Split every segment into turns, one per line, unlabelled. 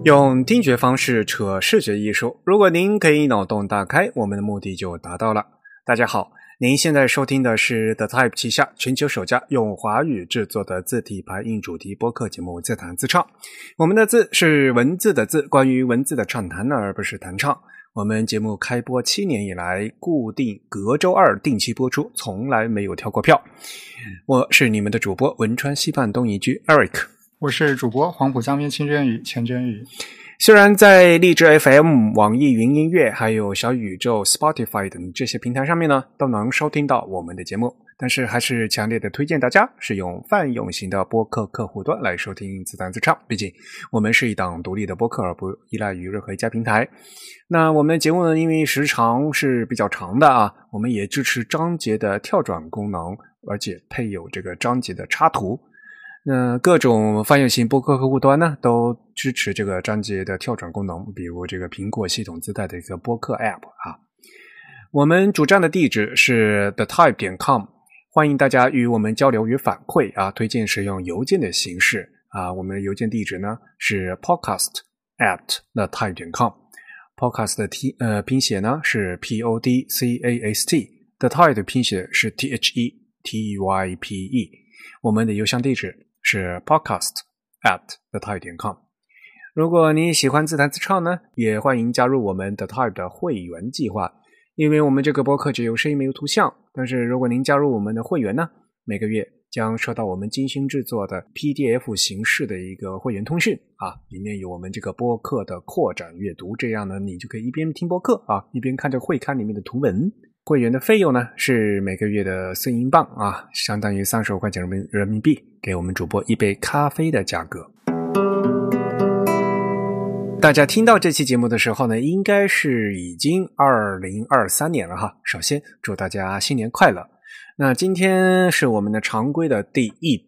用听觉方式扯视觉艺术，如果您可以脑洞大开，我们的目的就达到了。大家好，您现在收听的是 The Type 旗下全球首家用华语制作的字体排印主题播客节目自弹自唱。我们的字是文字的字，关于文字的畅谈而不是弹唱。我们节目开播7年以来，固定隔周二定期播出，从来没有跳过票。我是你们的主播汶川西畔东一居 Eric，
我是主播黄浦江边清真语钱真语。
虽然在荔枝 FM、网易云音乐还有小宇宙 Spotify 等这些平台上面呢，都能收听到我们的节目，但是还是强烈的推荐大家使用泛用型的播客客户端来收听自弹自唱，毕竟我们是一档独立的播客，而不依赖于任何一家平台。那我们的节目呢，因为时长是比较长的啊，我们也支持章节的跳转功能，而且配有这个章节的插图。那各种泛用型播客客户端呢，都支持这个章节的跳转功能，比如这个苹果系统自带的一个播客 App 啊。我们主站的地址是 thetype.com， 欢迎大家与我们交流与反馈啊，推荐使用邮件的形式啊。我们的邮件地址呢是 podcast@thetype.com，podcast 的拼写呢是 podcast， thetype 的拼写是 thetype， 我们的邮箱地址是 podcast@thetype.com。 如果你喜欢自弹自唱呢，也欢迎加入我们 The Type 的会员计划。因为我们这个播客只有声音没有图像，但是如果您加入我们的会员呢，每个月将收到我们精心制作的 PDF 形式的一个会员通讯啊，里面有我们这个播客的扩展阅读，这样呢你就可以一边听播客啊，一边看着会刊里面的图文。会员的费用呢是每个月的4英镑啊，相当于35块钱人民币，给我们主播一杯咖啡的价格。大家听到这期节目的时候呢，应该是已经2023年了哈。首先祝大家新年快乐。那今天是我们的常规的第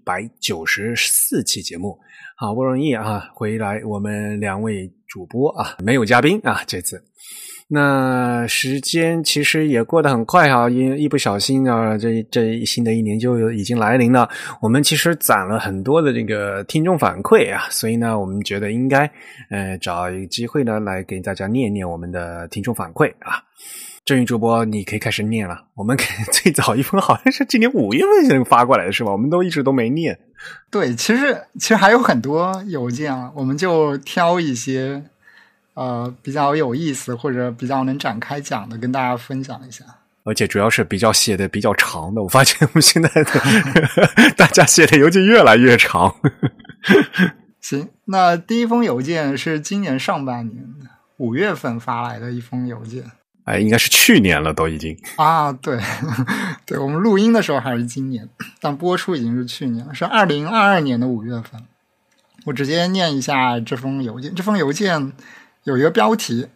194期节目，好不容易啊，回来我们2位主播啊，没有嘉宾啊这次。那时间其实也过得很快哈，一不小心啊，这新的一年就已经来临了。我们其实攒了很多的这个听众反馈啊，所以呢，我们觉得应该找一个机会呢来给大家念念我们的听众反馈啊。郑宇主播，你可以开始念了。我们最早一封好像是今年5月份发过来的是吧？我们一直都没念。
对，其实还有很多邮件啊，我们就挑一些比较有意思或者比较能展开讲的跟大家分享一下，
而且主要是写的比较长的，我发现我们现在的大家写的邮件越来越长。
行，那第一封邮件是今年上半年5月份发来的一封邮件，
应该是去年了都已经
啊，对对，我们录音的时候还是今年，但播出已经是去年，是2022年的5月份。我直接念一下这封邮件。这封邮件有一个标题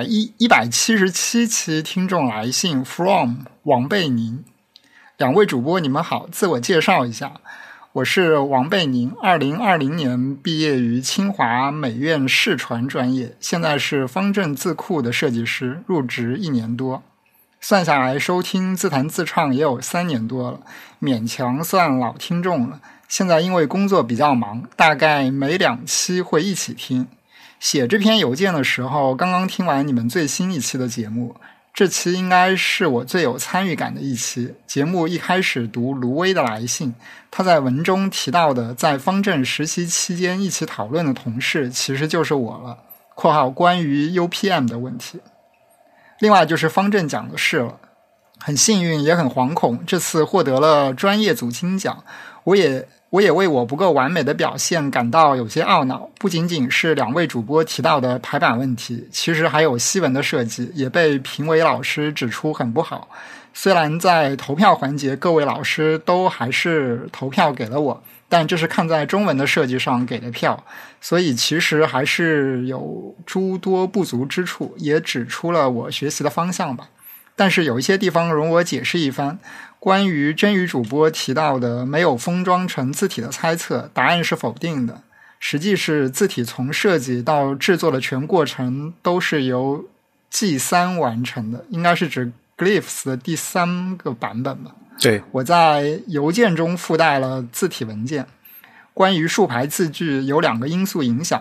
177期听众来信 from 王贝宁。2位主播你们好，自我介绍一下，我是王贝宁，2020年毕业于清华美院视传专业，现在是方正字库的设计师，入职1年多，算下来收听自弹自唱也有3年多了，勉强算老听众了。现在因为工作比较忙，大概每2期会一起听。写这篇邮件的时候，刚刚听完你们最新一期的节目，这期应该是我最有参与感的一期。节目一开始读卢威的来信，他在文中提到的在方正实习期间一起讨论的同事，其实就是我了（括号关于 UPM 的问题）。另外就是方正讲的事了，很幸运也很惶恐，这次获得了专业组金奖，我也为我不够完美的表现感到有些懊恼，不仅仅是2位主播提到的排版问题，其实还有西文的设计也被评委老师指出很不好。虽然在投票环节各位老师都还是投票给了我，但这是看在中文的设计上给的票，所以其实还是有诸多不足之处，也指出了我学习的方向吧。但是有一些地方容我解释一番。关于真宇主播提到的没有封装成字体的猜测，答案是否定的。实际是字体从设计到制作的全过程都是由 G3 完成的，应该是指 Glyphs 的第3个版本吧。
对，
我在邮件中附带了字体文件。关于竖排字距有2个因素影响，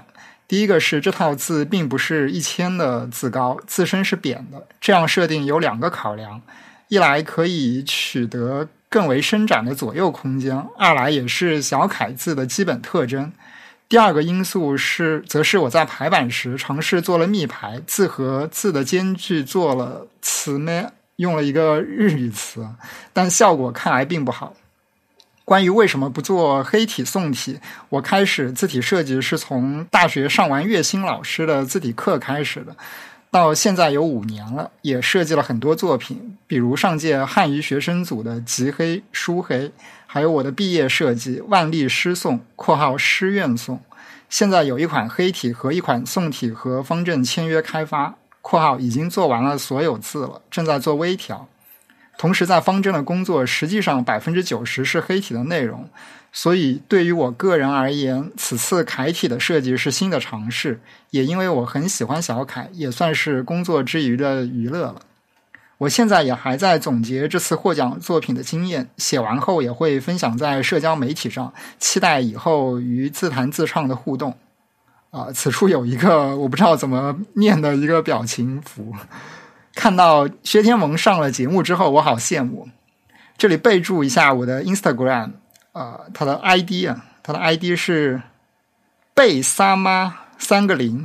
第一个是这套字并不是1000的字高，字身是扁的，这样设定有2个考量，一来可以取得更为伸展的左右空间，二来也是小楷字的基本特征。第二个因素则是我在排版时尝试做了密排，字和字的间距做了词咩，用了一个日语词，但效果看来并不好。关于为什么不做黑体宋体，我开始字体设计是从大学上完岳星老师的字体课开始的，到现在有5年了，也设计了很多作品，比如上届汉语学生组的集黑、书黑，还有我的毕业设计万历诗颂（括号诗苑颂）。现在有一款黑体和一款宋体和方正签约开发（括号已经做完了所有字了，正在做微调）。同时在方正的工作实际上 90% 是黑体的内容，所以对于我个人而言，此次楷体的设计是新的尝试，也因为我很喜欢小楷，也算是工作之余的娱乐了。我现在也还在总结这次获奖作品的经验，写完后也会分享在社交媒体上，期待以后与自弹自唱的互动。此处有一个我不知道怎么念的一个表情符，看到薛天蒙上了节目之后，我好羡慕。这里备注一下我的 Instagram，他的 ID 是贝萨妈3个0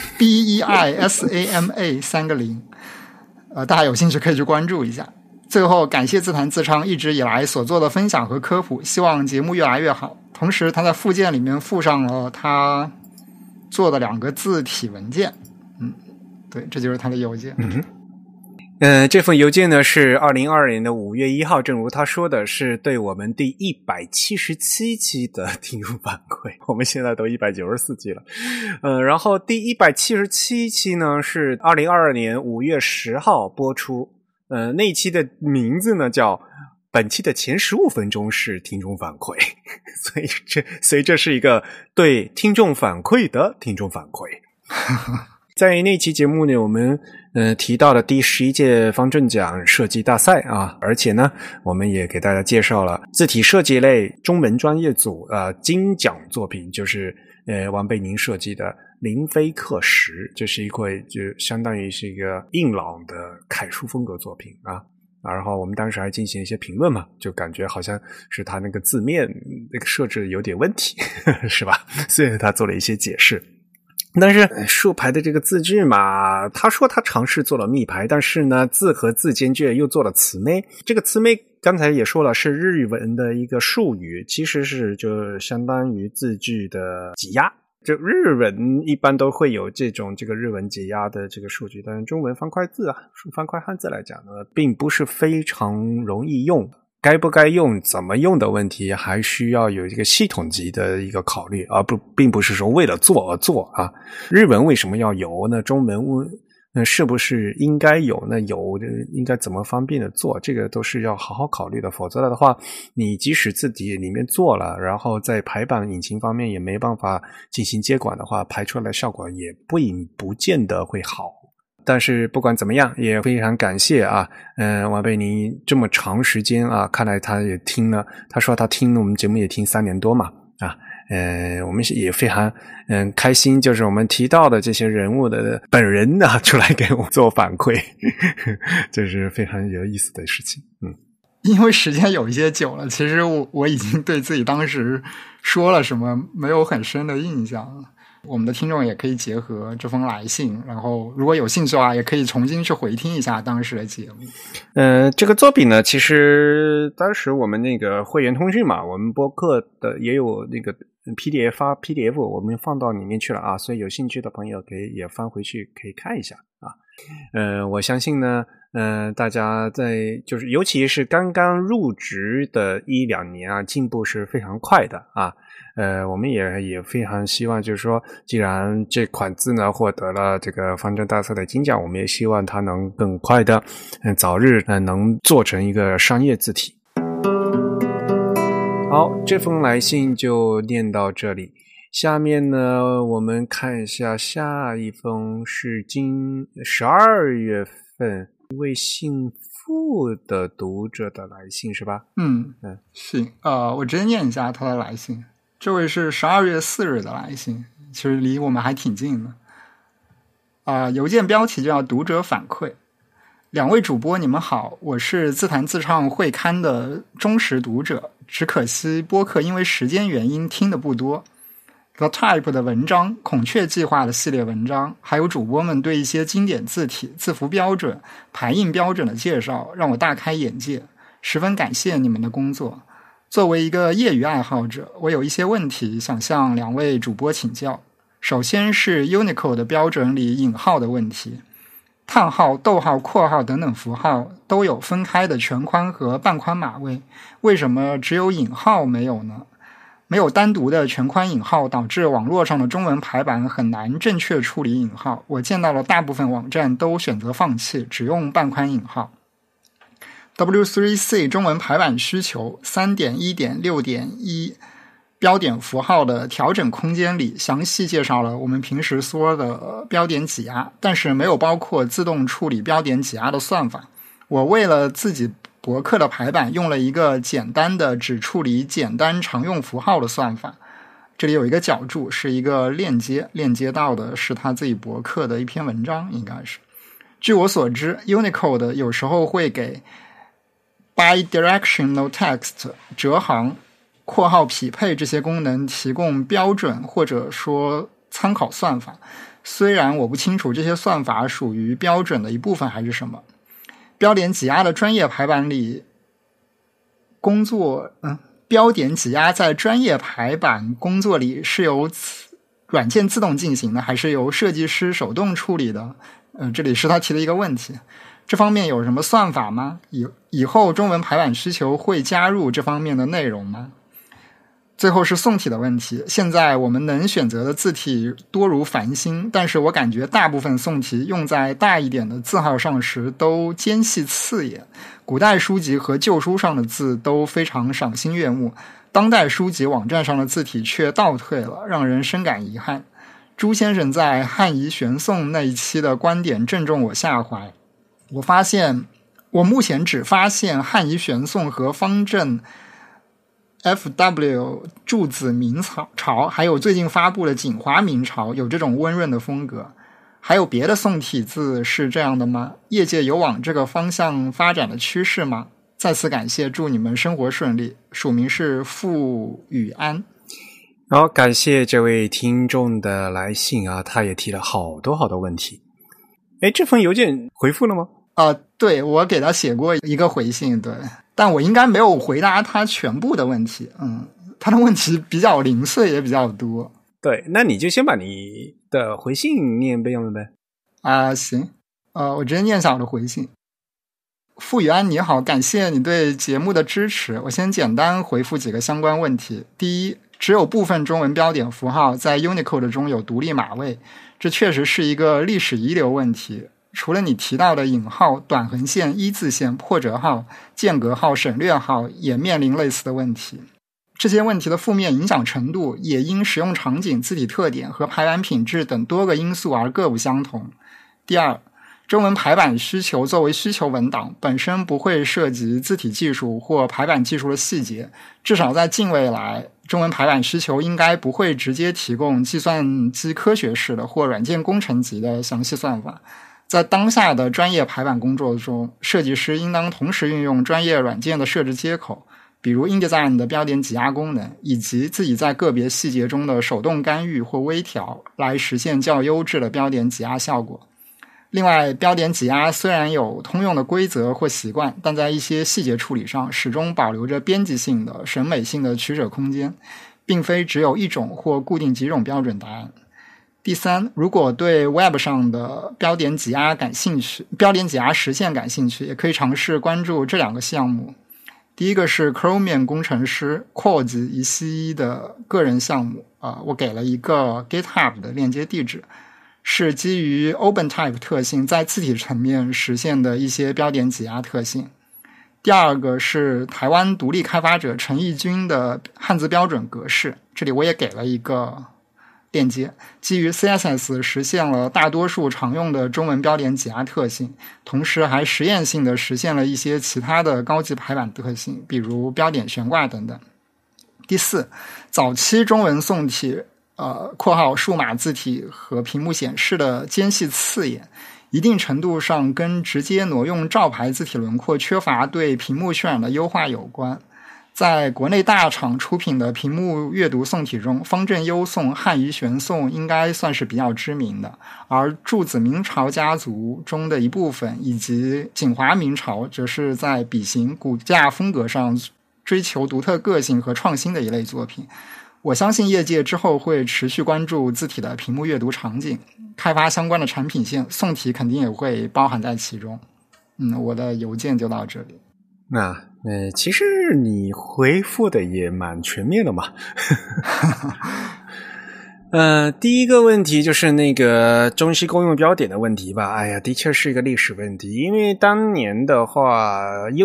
BEISAMA 3个0。大家有兴趣可以去关注一下。最后感谢自弹自唱一直以来所做的分享和科普，希望节目越来越好。同时他在附件里面附上了他做的2个字体文件。对，这就是他的邮件。
这份邮件呢是2022年的5月1号，正如他说的，是对我们第177期的听众反馈。我们现在都194期了。然后第177期呢是2022年5月10号播出。那一期的名字呢叫本期的前15分钟是听众反馈，所以这是一个对听众反馈的听众反馈。在那期节目呢，我们提到了第11届方正奖设计大赛啊，而且呢，我们也给大家介绍了字体设计类中文专业组金奖作品，就是王贝宁设计的林飞刻石，这是一块就相当于是一个硬朗的楷书风格作品啊。然后我们当时还进行一些评论嘛，就感觉好像是他那个字面那个设置有点问题是吧，所以他做了一些解释。但是竖排的这个字距嘛，他说他尝试做了密排，但是呢字和字间距又做了词咩。这个词咩刚才也说了是日文的一个术语，其实是就相当于字距的挤压。就日文一般都会有这个日文挤压的这个数据，但是中文方块字方块汉字来讲呢，并不是非常容易用。该不该用怎么用的问题还需要有一个系统级的一个考虑，并不是说为了做而做啊。日文为什么要有呢？中文是不是应该有呢？有应该怎么方便的做，这个都是要好好考虑的。否则的话，你即使字体里面做了，然后在排版引擎方面也没办法进行接管的话，排出来的效果也不见得会好。但是不管怎么样，也非常感谢王贝宁这么长时间看来他也听了，他说他听我们节目也听3年多嘛我们也非常开心，就是我们提到的这些人物的本人出来给我做反馈这是非常有意思的事情。
因为时间有一些久了，其实我已经对自己当时说了什么没有很深的印象了。我们的听众也可以结合这封来信，然后如果有兴趣的话，也可以重新去回听一下当时的节目。
这个作品呢，其实当时我们那个会员通讯嘛，我们播客的也有那个 PDF 发 PDF， 我们放到里面去了所以有兴趣的朋友可以也翻回去可以看一下我相信呢大家就是尤其是刚刚入职的1-2年进步是非常快的我们也非常希望，就是说既然这款字呢获得了这个方正大赛的金奖，我们也希望它能更快的早日能做成一个商业字体。好，这封来信就念到这里。下面呢我们看一下下一封是今12月份一位姓傅的读者的来信是吧？
行我直接念一下他的来信。这位是12月4日的来信， 其实离我们还挺近的。邮件标题叫读者反馈。两位主播你们好，我是自弹自唱会刊的忠实读者，只可惜播客因为时间原因听得不多。The Type 的文章、孔雀计划的系列文章，还有主播们对一些经典字体、字符标准、排印标准的介绍，让我大开眼界，十分感谢你们的工作。作为一个业余爱好者，我有一些问题想向两位主播请教。首先是 Unicode 的标准里引号的问题，叹号、逗号、括号等等符号都有分开的全宽和半宽码位，为什么只有引号没有呢？没有单独的全宽引号，导致网络上的中文排版很难正确处理引号。我见到了大部分网站都选择放弃，只用半宽引号。W3C 中文排版需求 3.1.6.1 标点符号的调整空间里详细介绍了我们平时说的标点挤压，但是没有包括自动处理标点挤压的算法。我为了自己博客的排版用了一个简单的只处理简单常用符号的算法，这里有一个脚注，是一个链接到的是他自己博客的一篇文章，应该是。据我所知 Unicode 有时候会给 bidirectional text 折行、括号匹配这些功能提供标准或者说参考算法，虽然我不清楚这些算法属于标准的一部分还是什么。标点挤压的专业排版里标点挤压在专业排版工作里是由软件自动进行的，还是由设计师手动处理的？这里是他提的一个问题。这方面有什么算法吗？以后中文排版需求会加入这方面的内容吗？最后是宋体的问题。现在我们能选择的字体多如繁星，但是我感觉大部分宋体用在大一点的字号上时都尖细刺眼，古代书籍和旧书上的字都非常赏心悦目，当代书籍网站上的字体却倒退了，让人深感遗憾。朱先生在汉仪玄宋那一期的观点正中我下怀。我目前只发现汉仪玄宋和方正FW 柱子明朝，还有最近发布的锦华明朝有这种温润的风格。还有别的宋体字是这样的吗？业界有往这个方向发展的趋势吗？再次感谢，祝你们生活顺利。署名是傅宇安。
好，感谢这位听众的来信啊，他也提了好多问题。这封邮件回复了吗？
对，我给他写过一个回信，对，但我应该没有回答他全部的问题。他的问题比较零碎，也比较多。
对，那你就先把你的回信念呗，
行，我直接念下我的回信。傅宇安你好，感谢你对节目的支持。我先简单回复几个相关问题。第一，只有部分中文标点符号在 Unicode 中有独立码位，这确实是一个历史遗留问题。除了你提到的引号、短横线、一字线、破折号、间隔号、省略号，也面临类似的问题。这些问题的负面影响程度也因使用场景、字体特点和排版品质等多个因素而各不相同。第二，中文排版需求作为需求文档，本身不会涉及字体技术或排版技术的细节，至少在近未来，中文排版需求应该不会直接提供计算机科学式的或软件工程级的详细算法。在当下的专业排版工作中，设计师应当同时运用专业软件的设置接口，比如 InDesign 的标点挤压功能，以及自己在个别细节中的手动干预或微调，来实现较优质的标点挤压效果。另外，标点挤压虽然有通用的规则或习惯，但在一些细节处理上始终保留着编辑性的、审美性的取舍空间，并非只有一种或固定几种标准答案。第三，如果对 Web 上的标点挤压实现感兴趣，也可以尝试关注这两个项目。第一个是 Chromium 工程师 Quads 一系的个人项目，我给了一个 GitHub 的链接地址，是基于 OpenType 特性在字体层面实现的一些标点挤压特性。第二个是台湾独立开发者陈义军的汉字标准格式，这里我也给了一个链接，基于 CSS 实现了大多数常用的中文标点挤压特性，同时还实验性的实现了一些其他的高级排版特性，比如标点悬挂等等。第四，早期中文宋体括号数码字体和屏幕显示的间隙刺眼，一定程度上跟直接挪用照牌字体轮廓缺乏对屏幕渲染的优化有关。在国内大厂出品的屏幕阅读宋体中，方正优宋、汉仪玄宋应该算是比较知名的，而柱子明朝家族中的一部分以及锦华明朝则是在笔形、骨架风格上追求独特个性和创新的一类作品。我相信业界之后会持续关注字体的屏幕阅读场景，开发相关的产品线，宋体肯定也会包含在其中。我的邮件就到这里。
其实你回复的也蛮全面的嘛。第一个问题就是那个中西共用标点的问题吧。哎呀，的确是一个历史问题，因为当年的话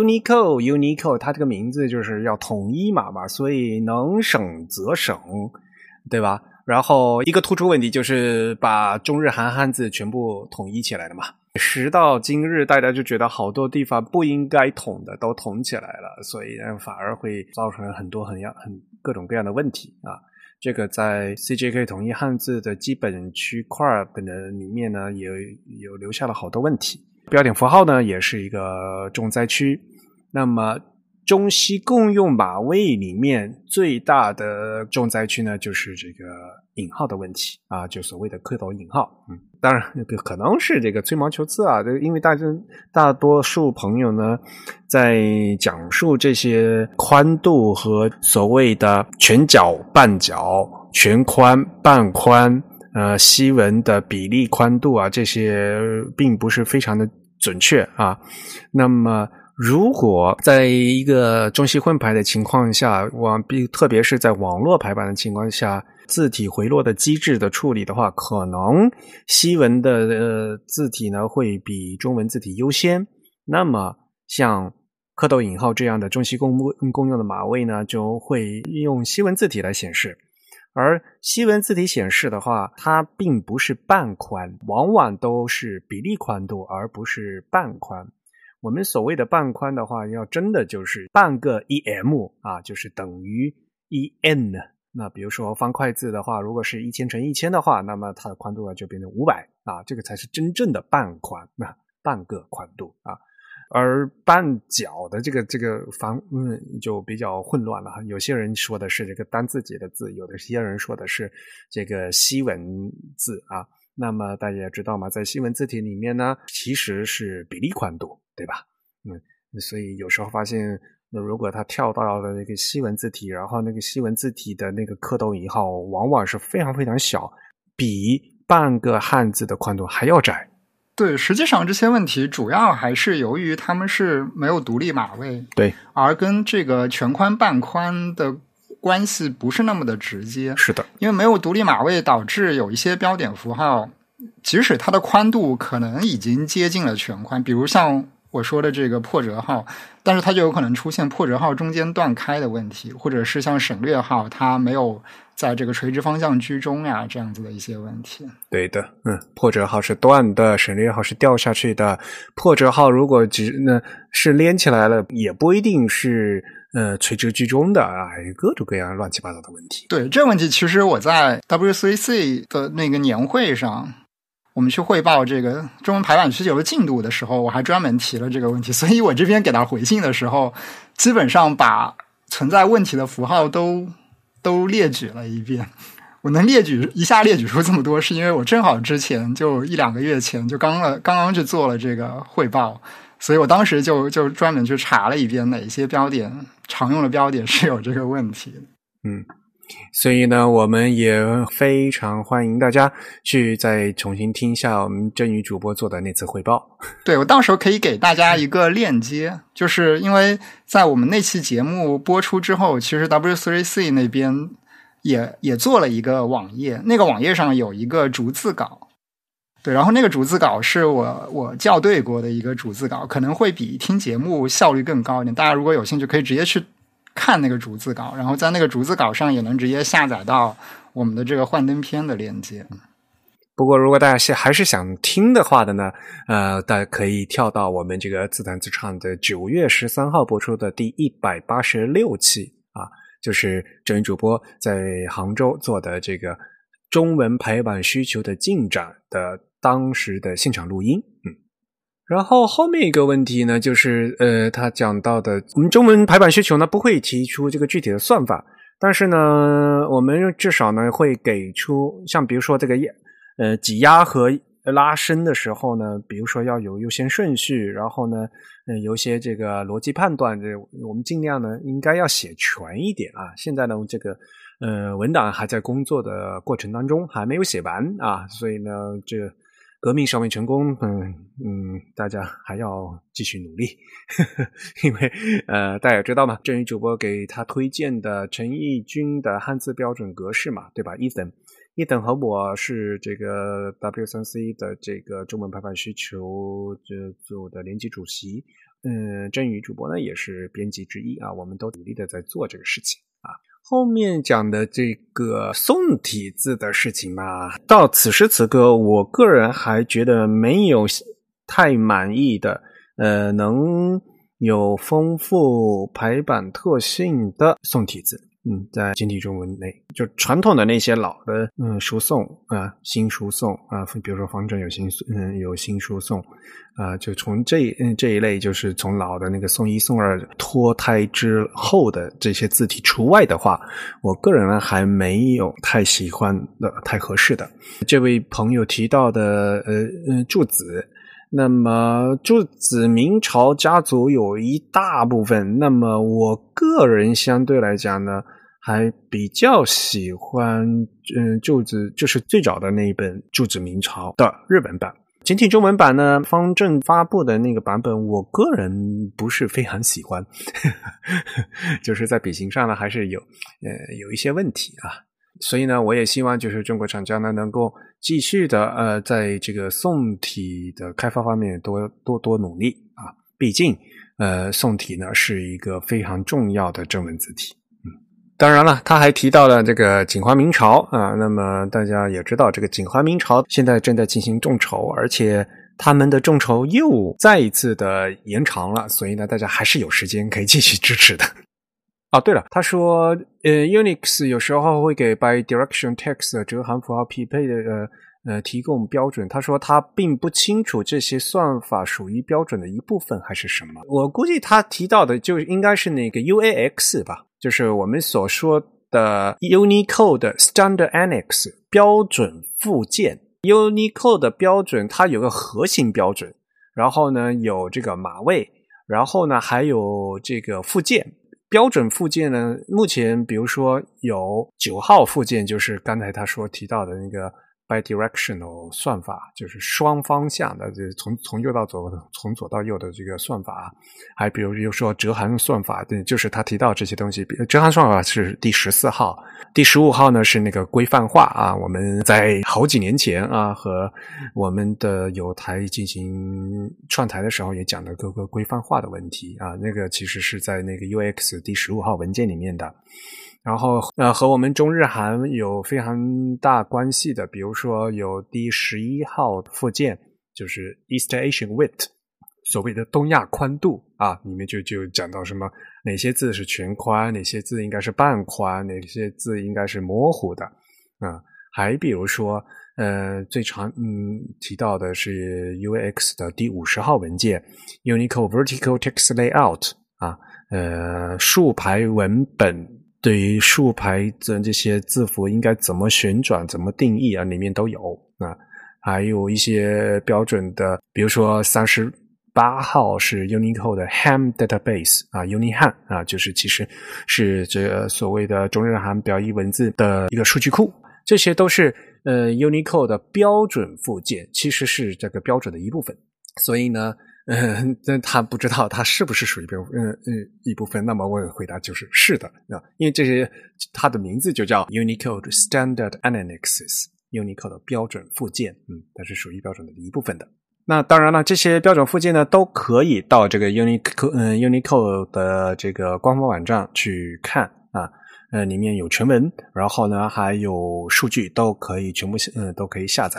Unicode 它这个名字就是要统一嘛，所以能省则省，对吧？然后一个突出问题就是把中日韩汉字全部统一起来了嘛。时到今日，大家就觉得好多地方不应该统的都统起来了，所以反而会造成很多很各种各样的问题啊。这个在 CJK 统一汉字的基本区块的里面呢，也有留下了好多问题。标点符号呢，也是一个重灾区。那么中西共用码位里面最大的重灾区呢，就是这个引号的问题啊，就所谓的蝌蚪引号。当然可能是这个吹毛求疵啊，因为大多数朋友呢在讲述这些宽度和所谓的全角、半角、全宽、半宽西文的比例宽度啊，这些并不是非常的准确啊。那么如果在一个中西混排的情况下，特别是在网络排版的情况下，字体回落的机制的处理的话，可能西文的字体呢会比中文字体优先。那么像蝌蚪引号这样的中西共用的码位呢，就会用西文字体来显示。而西文字体显示的话，它并不是半宽，往往都是比例宽度，而不是半宽。我们所谓的半宽的话，要真的就是半个 EM 啊，就是等于 EN。那比如说方块字的话，如果是1000乘1000的话，那么它的宽度就变成500啊，这个才是真正的半宽，半个宽度啊。而半角的这个就比较混乱了。有些人说的是这个单字节的字，有的些人说的是这个西文字啊。那么大家也知道嘛，在西文字体里面呢，其实是比例宽度，对吧？所以有时候发现，如果他跳到了那个西文字体，然后那个西文字体的那个蝌蚪引号往往是非常非常小，比半个汉字的宽度还要窄。
对，实际上这些问题主要还是由于他们是没有独立码位，
对，
而跟这个全宽半宽的关系不是那么的直接。
是的，
因为没有独立码位，导致有一些标点符号，即使它的宽度可能已经接近了全宽，比如像我说的这个破折号，但是它就有可能出现破折号中间断开的问题，或者是像省略号，它没有在这个垂直方向居中呀，这样子的一些问题。
对的，破折号是断的，省略号是掉下去的。破折号如果是连起来了，也不一定是垂直居中的啊，各种各样乱七八糟的问题。
对，这个问题其实我在 W3C 的那个年会上，我们去汇报这个中文排版需求的进度的时候，我还专门提了这个问题，所以我这边给他回信的时候，基本上把存在问题的符号都列举了一遍。我能一下列举出这么多，是因为我正好之前就1-2个月前就刚刚去做了这个汇报，所以我当时就专门去查了一遍哪些标点常用的标点是有这个问题的。
所以呢，我们也非常欢迎大家去再重新听一下我们真宇主播做的那次汇报。
对，我到时候可以给大家一个链接，就是因为在我们那期节目播出之后，其实 W3C 那边也做了一个网页，那个网页上有一个逐字稿。对，然后那个逐字稿是我校对过的一个逐字稿，可能会比听节目效率更高一点。大家如果有兴趣，可以直接去看那个逐字稿，然后在那个逐字稿上也能直接下载到我们的这个幻灯片的链接。
不过如果大家还是想听的话的呢，大家可以跳到我们这个自弹自唱的9月13号播出的第186期啊，就是真宇主播在杭州做的这个中文排版需求的进展的当时的现场录音。然后后面一个问题呢，就是他讲到的，我们中文排版需求呢不会提出这个具体的算法，但是呢，我们至少呢会给出，像比如说这个挤压和拉伸的时候呢，比如说要有优先顺序，然后呢，有一些这个逻辑判断，我们尽量呢应该要写全一点啊。现在呢，这个文档还在工作的过程当中，还没有写完啊，所以呢，这革命尚未成功，大家还要继续努力，因为大家也知道嘛，正宇主播给他推荐的陈义军的汉字标准格式嘛，对吧 ？Ethan和我是这个 W3C 的这个中文排版需求组的联席主席，正宇主播呢也是编辑之一啊，我们都努力的在做这个事情啊。后面讲的这个宋体字的事情嘛，到此时此刻，我个人还觉得没有太满意的，能有丰富排版特性的宋体字。在简体中文内，就传统的那些老的书宋啊，新书宋啊，比如说方正有新书宋啊，就从这一类，就是从老的那个宋一宋二脱胎之后的这些字体除外的话，我个人呢还没有太喜欢的太合适的。这位朋友提到的柱子，那么柱子明朝家族有一大部分，那么我个人相对来讲呢还比较喜欢柱子，就是最早的那一本柱子明朝的日本版。简体中文版呢，方正发布的那个版本，我个人不是非常喜欢，就是在笔形上呢还是有一些问题啊。所以呢，我也希望就是中国厂家呢能够继续的在这个宋体的开发方面多努力啊。毕竟宋体呢是一个非常重要的正文字体。当然了，他还提到了这个锦华明朝啊，那么大家也知道，这个锦华明朝现在正在进行众筹，而且他们的众筹又再一次的延长了，所以呢，大家还是有时间可以继续支持的。哦，对了，他说Unix 有时候会给 bidirectional text 折函符号匹配的提供标准，他说他并不清楚这些算法属于标准的一部分还是什么。我估计他提到的就应该是那个 UAX 吧，就是我们所说的 Unicode Standard Annex 标准附件。Unicode 的标准它有个核心标准，然后呢有这个码位，然后呢还有这个附件。标准附件呢，目前比如说有9号附件，就是刚才他提到的那个 bidirectional 算法，就是双方向的，就是从右到左，从左到右的这个算法。还比如说折函算法，对，就是他提到这些东西。折函算法是第14号，第15号呢是那个规范化啊。我们在好几年前啊，和我们的友台进行串台的时候也讲了各个规范化的问题啊。那个其实是在那个 UX 第15号文件里面的。然后和我们中日韩有非常大关系的，比如说有第11号附件，就是 East Asian Width， 所谓的东亚宽度啊，里面就讲到什么哪些字是全宽，哪些字应该是半宽，哪些字应该是模糊的啊。还比如说最常提到的是 UX 的第50号文件 Unicode Vertical Text Layout 啊，竖排文本对于竖排的这些字符应该怎么旋转怎么定义啊，里面都有啊。还有一些标准的，比如说38号是 Unicode 的 Ham Database 啊 UniHam 啊，就是其实是这个所谓的中日韩表意文字的一个数据库，这些都是Unicode 的标准附件，其实是这个标准的一部分。所以呢他不知道它是不是属于一部分，那么我的回答就是是的，因为这些它的名字就叫 Unicode Standard Annexes， Unicode 的标准附件，它是属于标准的一部分的。那当然了，这些标准附件呢都可以到这个 Unicode 的这个官方网站去看啊，里面有全文，然后呢还有数据都可以全部都可以下载。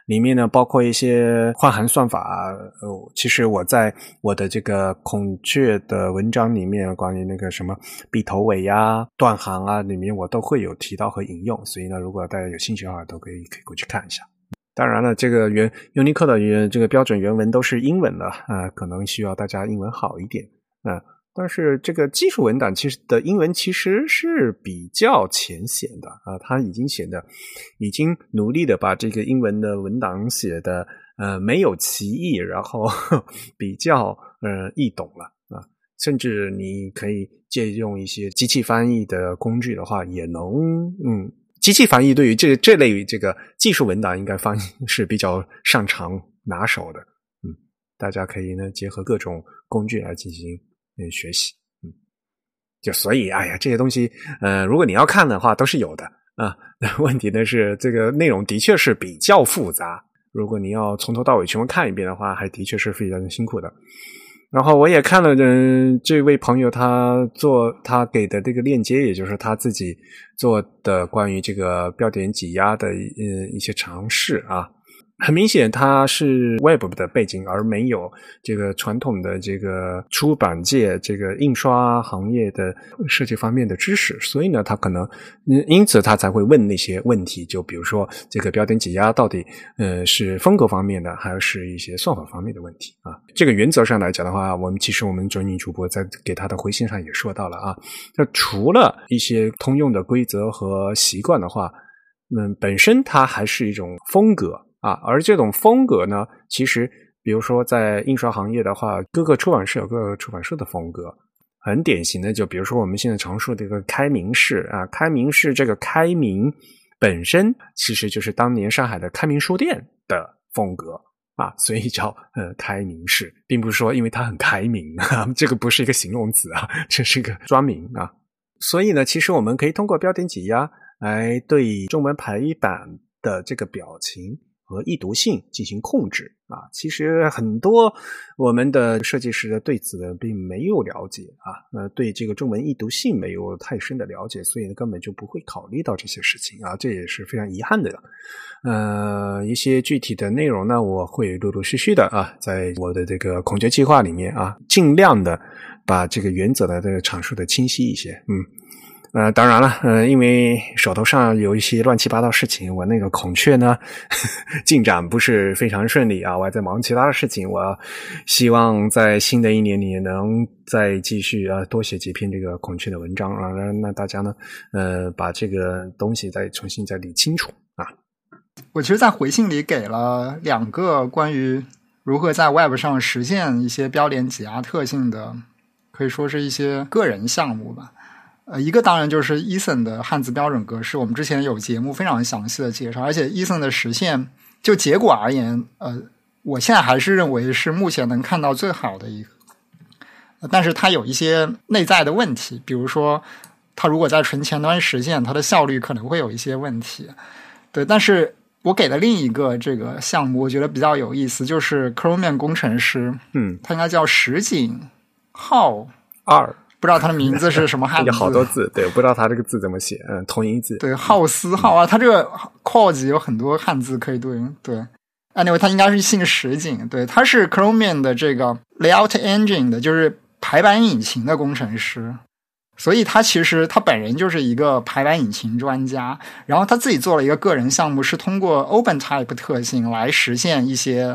里面呢包括一些换行算法其实我在我的这个孔雀的文章里面关于那个什么闭头尾啊断行啊里面我都会有提到和引用，所以呢如果大家有兴趣的话都可以过去看一下。当然了，这个Unicode 的这个标准原文都是英文的可能需要大家英文好一点但是这个技术文档其实的英文其实是比较浅显的它已经努力的把这个英文的文档写的没有歧义，然后比较易懂了甚至你可以借用一些机器翻译的工具的话也能机器翻译对于这类这个技术文档应该翻译是比较擅长拿手的大家可以呢结合各种工具来进行学习就所以哎呀这些东西如果你要看的话都是有的问题呢是这个内容的确是比较复杂，如果你要从头到尾全部看一遍的话还的确是非常辛苦的。然后我也看了这位朋友他给的这个链接，也就是他自己做的关于这个标点挤压的一些尝试很明显他是 Web 的背景而没有这个传统的这个出版界这个印刷行业的设计方面的知识，所以呢他可能因此他才会问那些问题，就比如说这个标点挤压到底是风格方面的还是一些算法方面的问题这个原则上来讲的话，其实我们准女主播在给他的回信上也说到了那除了一些通用的规则和习惯的话本身它还是一种风格而这种风格呢其实比如说在印刷行业的话，各个出版社有各个出版社的风格，很典型的就比如说我们现在常说的一个开明式开明式这个开明本身其实就是当年上海的开明书店的风格所以叫开明式，并不是说因为它很开明这个不是一个形容词这是一个专名所以呢其实我们可以通过标点挤压来对中文排版的这个表情和易读性进行控制其实很多我们的设计师对此并没有了解对这个中文易读性没有太深的了解，所以根本就不会考虑到这些事情这也是非常遗憾的一些具体的内容呢我会陆陆续续的在我的这个孔雀计划里面尽量的把这个原则的这个阐述的清晰一些当然了因为手头上有一些乱七八糟事情，我那个孔雀呢进展不是非常顺利我还在忙其他的事情，我希望在新的一年里能再继续多写几篇这个孔雀的文章那大家呢把这个东西再重新理清楚
我其实在回信里给了2个关于如何在 Web 上实现一些标点挤压特性的，可以说是一些个人项目吧。一个当然就是 Ethan 的汉字标准格式，我们之前有节目非常详细的介绍，而且 Ethan 的实现就结果而言我现在还是认为是目前能看到最好的一个但是它有一些内在的问题，比如说它如果在纯前端实现，它的效率可能会有一些问题对，但是我给的另一个这个项目我觉得比较有意思，就是 Chromium 工程师他应该叫石井浩二，不知道他的名字是什么汉字
有好多字，对，不知道他这个字怎么写同音字，
对，浩思浩他这个 call 级有很多汉字可以对对，anyway 他应该是姓石井，对，他是 Chromium 的这个 Layout Engine 的就是排版引擎的工程师，所以他其实他本人就是一个排版引擎专家，然后他自己做了一个个人项目，是通过 OpenType 特性来实现一些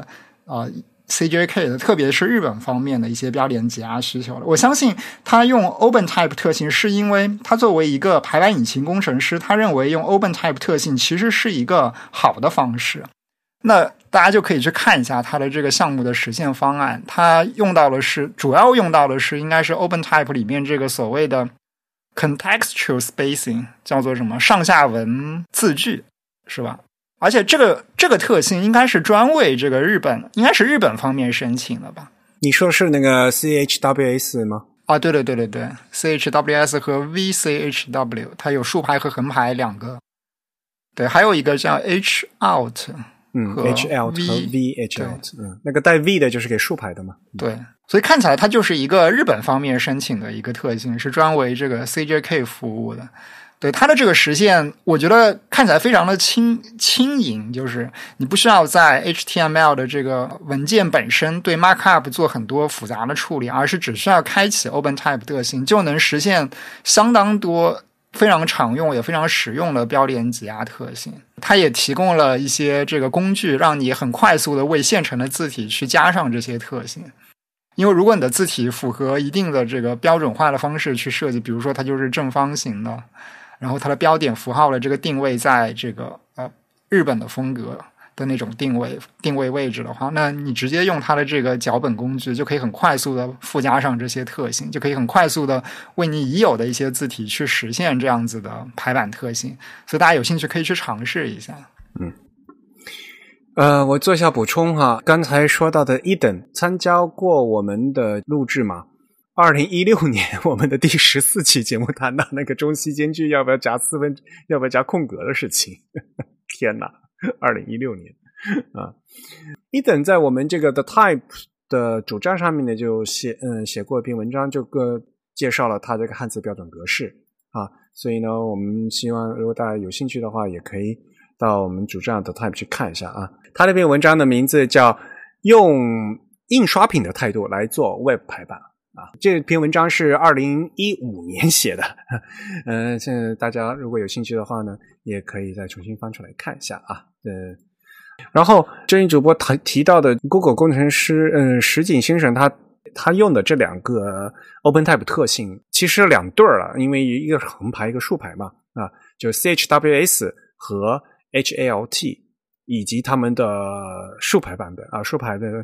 CJK 的，特别是日本方面的一些标点挤压需求的。我相信他用 OpenType 特性是因为他作为一个排版引擎工程师，他认为用 OpenType 特性其实是一个好的方式。那大家就可以去看一下他的这个项目的实现方案，他主要用到的是应该是 OpenType 里面这个所谓的 contextual spacing， 叫做什么上下文字距，是吧？而且这个特性应该是专为这个应该是日本方面申请的吧？
你说是那个 CHWS 吗？
对对对对对 ，CHWS 和 VCHW， 它有竖排和横排2个。对，还有一个叫 HOUT。
HOUT 和 VHOUT， 那个带 V 的就是给竖排的嘛。
对，所以看起来它就是一个日本方面申请的一个特性，是专为这个 CJK 服务的。 对它的这个实现，我觉得看起来非常的轻盈，就是你不需要在 HTML 的这个文件本身对 markup 做很多复杂的处理，而是只需要开启 OpenType 特性，就能实现相当多非常常用也非常实用的标点挤压特性。它也提供了一些这个工具，让你很快速的为现成的字体去加上这些特性。因为如果你的字体符合一定的这个标准化的方式去设计，比如说它就是正方形的，然后它的标点符号的这个定位在这个日本的风格的那种定位位置的话，那你直接用它的这个脚本工具就可以很快速的附加上这些特性，就可以很快速的为你已有的一些字体去实现这样子的排版特性。所以大家有兴趣可以去尝试一下。
我做一下补充哈，刚才说到的 Eden 参加过我们的录制嘛，2016年我们的第14期节目谈到那个中西间距要不要加要不要加空格的事情。天哪，2016年啊，Eden 在我们这个 The Type 的主站上面呢就写过一篇文章，就介绍了它这个汉字标准格式啊，所以呢我们希望如果大家有兴趣的话也可以到我们主站 The Type 去看一下啊。他那篇文章的名字叫用印刷品的态度来做 Web 排版啊，这篇文章是2015年写的，现在大家如果有兴趣的话呢，也可以再重新翻出来看一下啊。然后真人主播提到的 Google 工程师石井先生他用的这两个 OpenType 特性其实两对了，因为一个横排一个竖排嘛啊，就 CHWS 和 HALT。以及他们的竖排版本啊，竖排的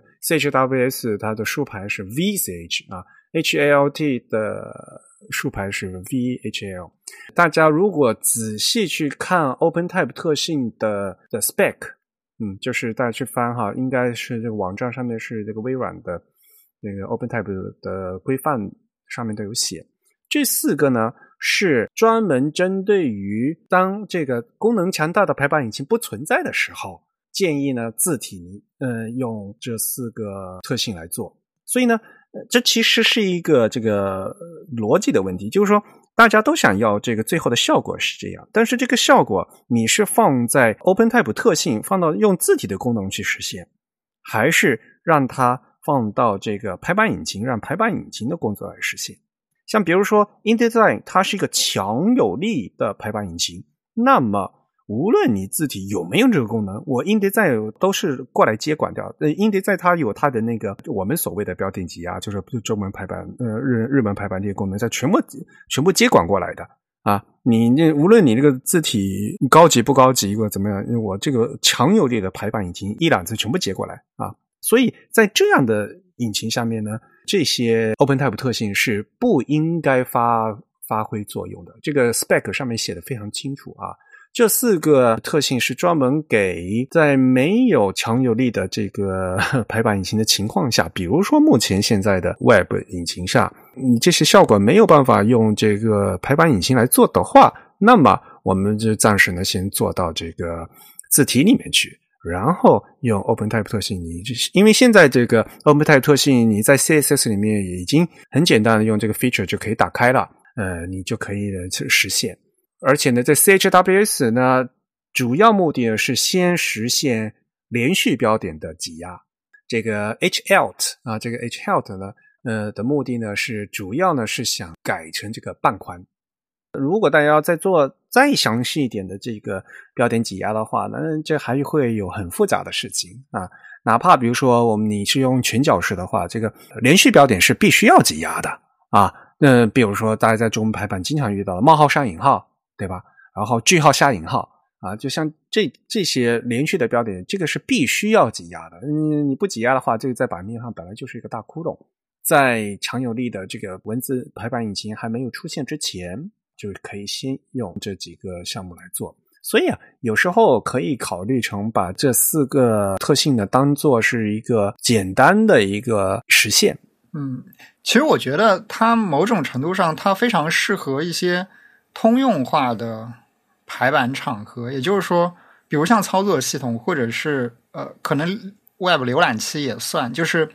CHWS 它的竖排是 VCH 啊 ，HALT 的竖排是 VHL。大家如果仔细去看 OpenType 特性的 spec， 就是大家去翻哈，应该是这个网站上面是这个微软的那个 OpenType 的规范上面都有写。这四个呢是专门针对于当这个功能强大的排版引擎不存在的时候，建议呢字体用这四个特性来做。所以呢这其实是一个这个逻辑的问题，就是说大家都想要这个最后的效果是这样，但是这个效果你是放在 OpenType 特性放到用字体的功能去实现，还是让它放到这个排版引擎让排版引擎的工作来实现。像比如说 InDesign 它是一个强有力的排版引擎，那么无论你字体有没有这个功能，我 InDesign 都是过来接管掉。InDesign 它有它的那个我们所谓的标点挤压，就是中文排版日文排版这些功能在全部接管过来的啊。你无论你这个字体高级不高级或怎么样，我这个强有力的排版引擎一两次全部接过来啊。所以在这样的引擎下面呢，这些 OpenType 特性是不应该发挥作用的。这个 spec 上面写的非常清楚啊。这四个特性是专门给在没有强有力的这个排版引擎的情况下，比如说目前现在的 Web 引擎下，你这些效果没有办法用这个排版引擎来做的话，那么我们就暂时呢先做到这个字体里面去。然后用 OpenType 特性，因为现在这个 OpenType 特性你在 CSS 里面已经很简单的用这个 feature 就可以打开了，你就可以实现。而且呢，在 CHWS 呢，主要目的是先实现连续标点的挤压。这个 HALT 啊，这个 HALT 呢，的目的呢是主要呢是想改成这个半宽。如果大家要再做再详细一点的这个标点挤压的话，那这还会有很复杂的事情啊。哪怕比如说你是用全角式的话，这个连续标点是必须要挤压的啊。比如说大家在中文排版经常遇到的冒号上引号，对吧？然后句号下引号啊，就像这些连续的标点，这个是必须要挤压的。你不挤压的话，这个在版面上本来就是一个大窟窿。在强有力的这个文字排版引擎还没有出现之前，就可以先用这几个项目来做。所以啊，有时候可以考虑成把这四个特性呢当做是一个简单的一个实现。
其实我觉得它某种程度上它非常适合一些通用化的排版场合，也就是说比如像操作系统或者是可能 Web 浏览器也算，就是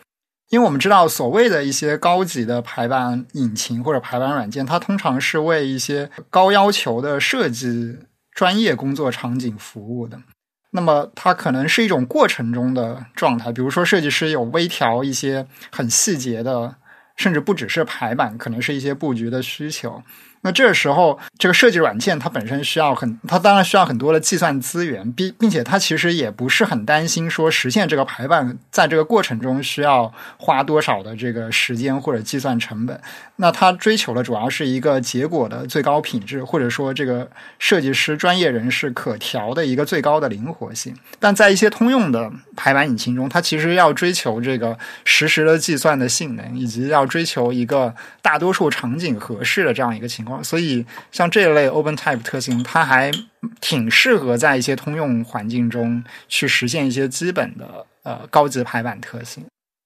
因为我们知道所谓的一些高级的排版引擎或者排版软件，它通常是为一些高要求的设计专业工作场景服务的。那么它可能是一种过程中的状态，比如说设计师有微调一些很细节的，甚至不只是排版，可能是一些布局的需求。那这个时候这个设计软件它本身它当然需要很多的计算资源，并且它其实也不是很担心说实现这个排版在这个过程中需要花多少的这个时间或者计算成本。那它追求的主要是一个结果的最高品质，或者说这个设计师专业人士可调的一个最高的灵活性。但在一些通用的排版引擎中，它其实要追求这个实时的计算的性能，以及要追求一个大多数场景合适的这样一个情况。所以像这一类 OpenType 特性，它还挺适合在一些通用环境中去实现一些基本的高级排版特性。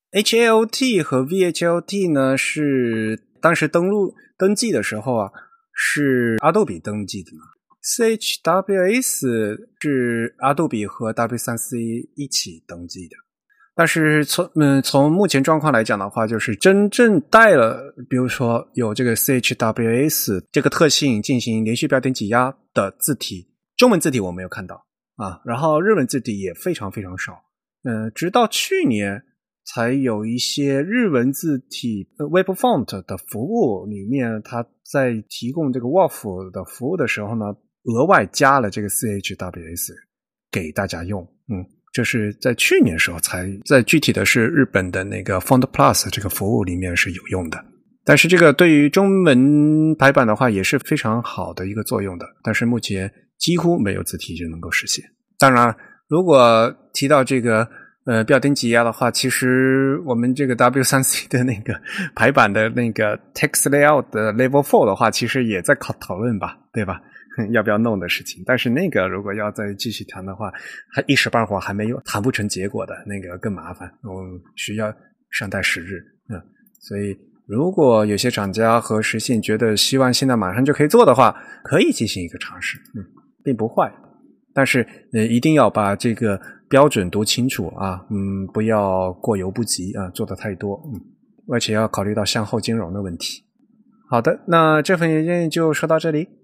HALT 和 VHLT 呢是当时登记的时候啊，是 Adobe 登记的呢。CHWS 是 Adobe 和 W3C 一起登记的。但是从目前状况来讲的话，就是真正带了比如说有这个 CHWS 这个特性进行连续标点挤压的字体，中文字体我没有看到啊，然后日文字体也非常非常少。直到去年才有一些日文字体Web Font 的服务里面，它在提供这个 WOF 的服务的时候呢，额外加了这个 CHWS 给大家用。这是在去年时候才在具体的是日本的那个 Font Plus 这个服务里面是有用的。但是这个对于中文排版的话也是非常好的一个作用的，但是目前几乎没有字体就能够实现。当然如果提到这个标点挤压的话，其实我们这个 W3C 的那个排版的那个 Text Layout 的 Level 4的话，其实也在讨论吧，对吧？要不要弄的事情。但是那个如果要再继续谈的话，还一时半会儿还没有谈不成结果的，那个更麻烦，需要尚待时日。所以如果有些厂家和实现觉得希望现在马上就可以做的话，可以进行一个尝试，并不坏。但是一定要把这个标准读清楚啊，不要过犹不及啊，做的太多，而且要考虑到向后兼容的问题。好的，那这份邮件就说到这里。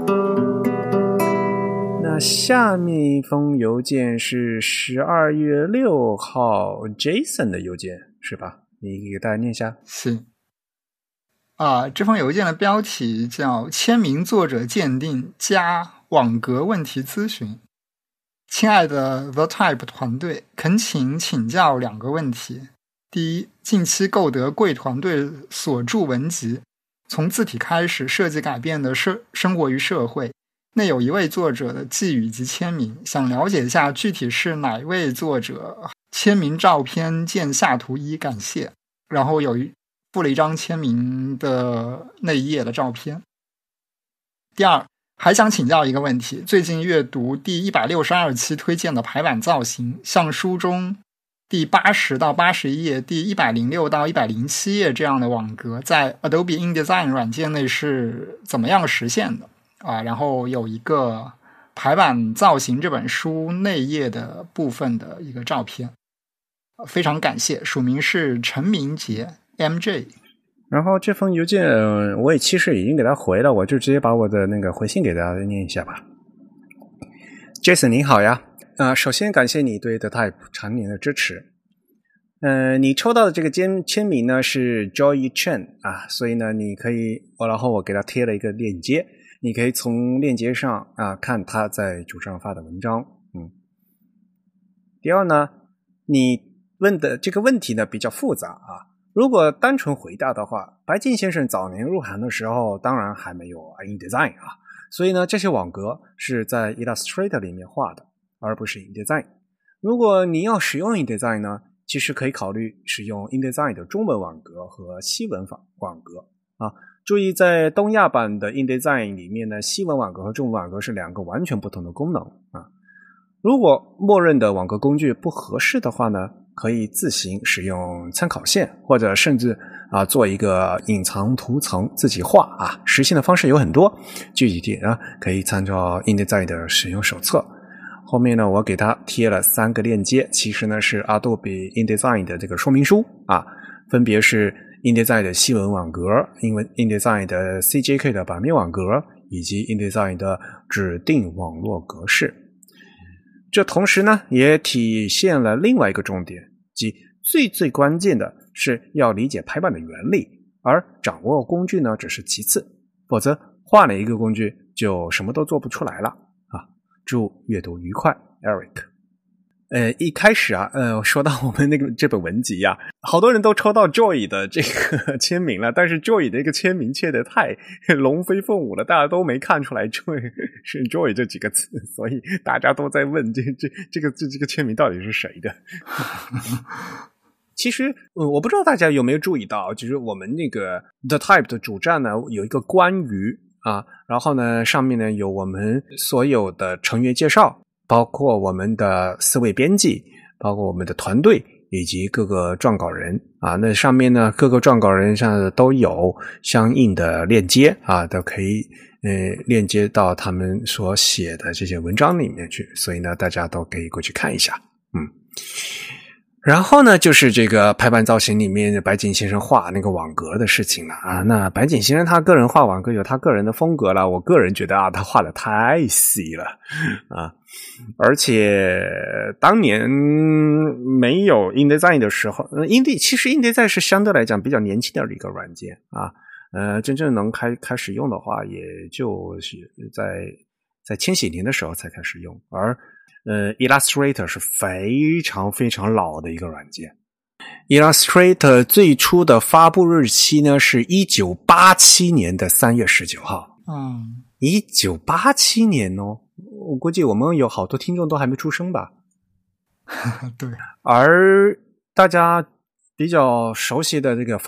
那下面一封邮件是12月6号 Jason 的邮件，是吧？你给大家念一下。
行。这封邮件的标题叫签名作者鉴定加网格问题咨询。亲爱的 The Type 团队，恳请教2个问题。第一，近期购得贵团队所著文集，从字体开始，设计改变的生活与社会，内有一位作者的寄语及签名，想了解一下具体是哪位作者，签名照片见下图1，感谢。然后附了一张签名的内页的照片。第二，还想请教一个问题，最近阅读第162期推荐的排版造型，像书中第80到81页、第106到107页这样的网格，在 Adobe InDesign 软件内是怎么样实现的？然后有一个排版造型这本书内页的部分的一个照片。非常感谢，署名是陈明杰 MJ。
然后这封邮件我也其实已经给他回了，我就直接把我的那个回信给大家念一下吧。Jason 你好呀，首先感谢你对 The Type 常年的支持。你抽到的这个签名呢是 Joy Chen 所以呢你可以然后我给他贴了一个链接，你可以从链接上看他在主上发的文章。第二呢，你问的这个问题呢比较复杂如果单纯回答的话，白金先生早年入行的时候当然还没有 InDesign 所以呢这些网格是在 Illustrator 里面画的，而不是 InDesign。如果你要使用 InDesign 呢，其实可以考虑使用 InDesign 的中文网格和西文网格注意在东亚版的 InDesign 里面呢，西文网格和中文网格是2个完全不同的功能如果默认的网格工具不合适的话呢，可以自行使用参考线，或者甚至做一个隐藏图层自己画实现的方式有很多，具体点可以参照 InDesign 的使用手册。后面呢我给他贴了3个链接，其实呢是 Adobe InDesign 的这个说明书分别是 InDesign 的西文网格、InDesign 的 CJK 的版面网格以及 InDesign 的指定网络格式。这同时呢，也体现了另外一个重点，即最关键的是要理解排版的原理，而掌握工具呢只是其次，否则换了一个工具就什么都做不出来了啊！祝阅读愉快 ，Eric。一开始啊，说到我们这本文集啊，好多人都抽到 Joy 的这个签名了，但是 Joy 的这个签名切得太龙飞凤舞了，大家都没看出来 Joy 是 Joy 这几个字，所以大家都在问这个签名到底是谁的。其实我不知道大家有没有注意到，就是我们那个 The Type 的主站呢有一个关于啊，然后呢上面呢有我们所有的成员介绍，包括我们的4位编辑，包括我们的团队以及各个撰稿人啊，那上面呢各个撰稿人上都有相应的链接啊，都可以链接到他们所写的这些文章里面去，所以呢大家都可以过去看一下。然后呢就是这个排版造型里面白井先生画那个网格的事情了啊。那白井先生他个人画网格有他个人的风格了，我个人觉得啊他画的太细了啊，而且当年没有 InDesign 的时候，其实 InDesign 是相对来讲比较年轻的一个软件啊，真正能开始用的话也就是在千禧年的时候才开始用，而Illustrator 是非常非常老的一个软件。Illustrator 最初的发布日期呢是1987年的3月19号。1987年哦，我估计我们有好多听众都还没出生吧。
对。
而大家比较熟悉的这个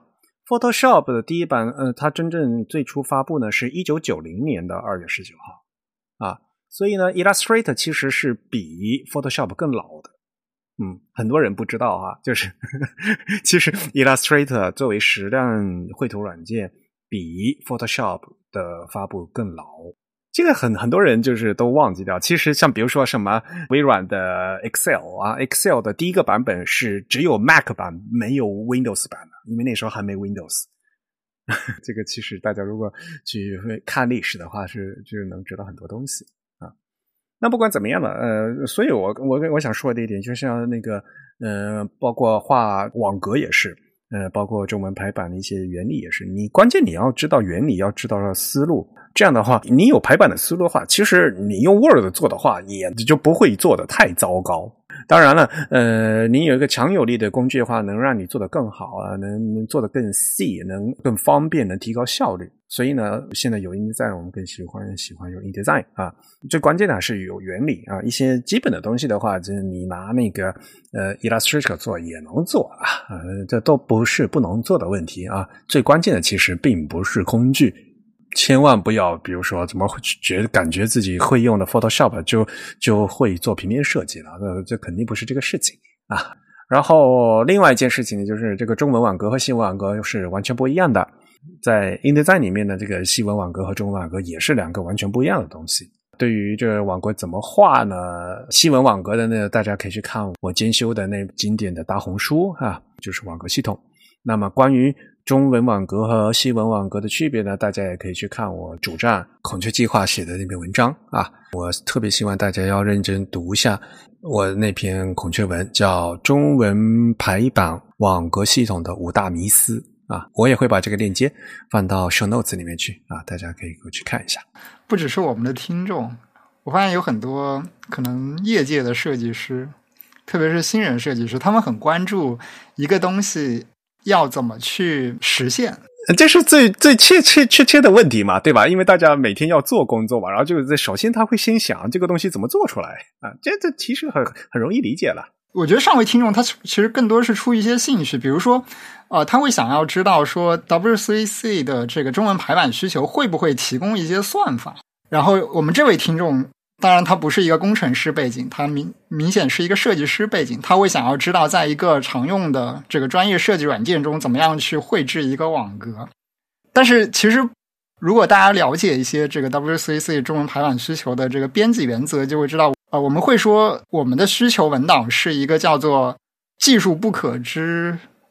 Photoshop 的第一版它真正最初发布呢是1990年的2月19号啊。所以呢 Illustrator 其实是比 Photoshop 更老的。很多人不知道啊，就是其实 Illustrator 作为实量绘图软件比 Photoshop 的发布更老。这个很多人就是都忘记掉。其实像比如说什么微软的 Excel 啊 ，Excel 的第一个版本是只有 Mac 版没有 Windows 版的，因为那时候还没 Windows。这个其实大家如果去看历史的话就能知道很多东西。那不管怎么样了，所以我想说的一点，就像那个包括画网格也是，包括中文排版的一些原理也是，关键你要知道原理，要知道思路，这样的话，你有排版的思路的话，其实你用 Word 做的话，也就不会做的太糟糕。当然了，你有一个强有力的工具的话，能让你做得更好啊，能做得更细，能更方便，能提高效率。所以呢，现在有 InDesign 我们更喜欢用 InDesign 啊。最关键的是有原理啊，一些基本的东西的话，就是你拿那个Illustrator 做也能做啊，这都不是不能做的问题啊。最关键的其实并不是工具。千万不要比如说怎么感觉自己会用的 Photoshop 就会做平面设计了，这肯定不是这个事情啊。然后另外一件事情就是这个中文网格和西文网格是完全不一样的，在 InDesign 里面的这个西文网格和中文网格也是两个完全不一样的东西。对于这个网格怎么画呢，西文网格的呢，大家可以去看我监修的那经典的大红书啊，就是网格系统。那么关于中文网格和西文网格的区别呢，大家也可以去看我主站孔雀计划写的那篇文章啊。我特别希望大家要认真读一下我那篇孔雀文，叫中文排版网格系统的5大迷思啊。我也会把这个链接放到 show notes 里面去啊，大家可以过去看一下。
不只是我们的听众，我发现有很多可能业界的设计师，特别是新人设计师，他们很关注一个东西要怎么去实现，
这是最切的问题嘛，对吧？因为大家每天要做工作嘛，然后就首先他会先想这个东西怎么做出来啊，这其实很容易理解了。
我觉得上位听众他其实更多是出于一些兴趣，比如说他会想要知道说 W3C 的这个中文排版需求会不会提供一些算法。然后我们这位听众当然他不是一个工程师背景，他明显是一个设计师背景，他会想要知道在一个常用的这个专业设计软件中怎么样去绘制一个网格。但是其实如果大家了解一些这个 W3C 中文排版需求的这个编辑原则，就会知道我们会说我们的需求文档是一个叫做技术不可知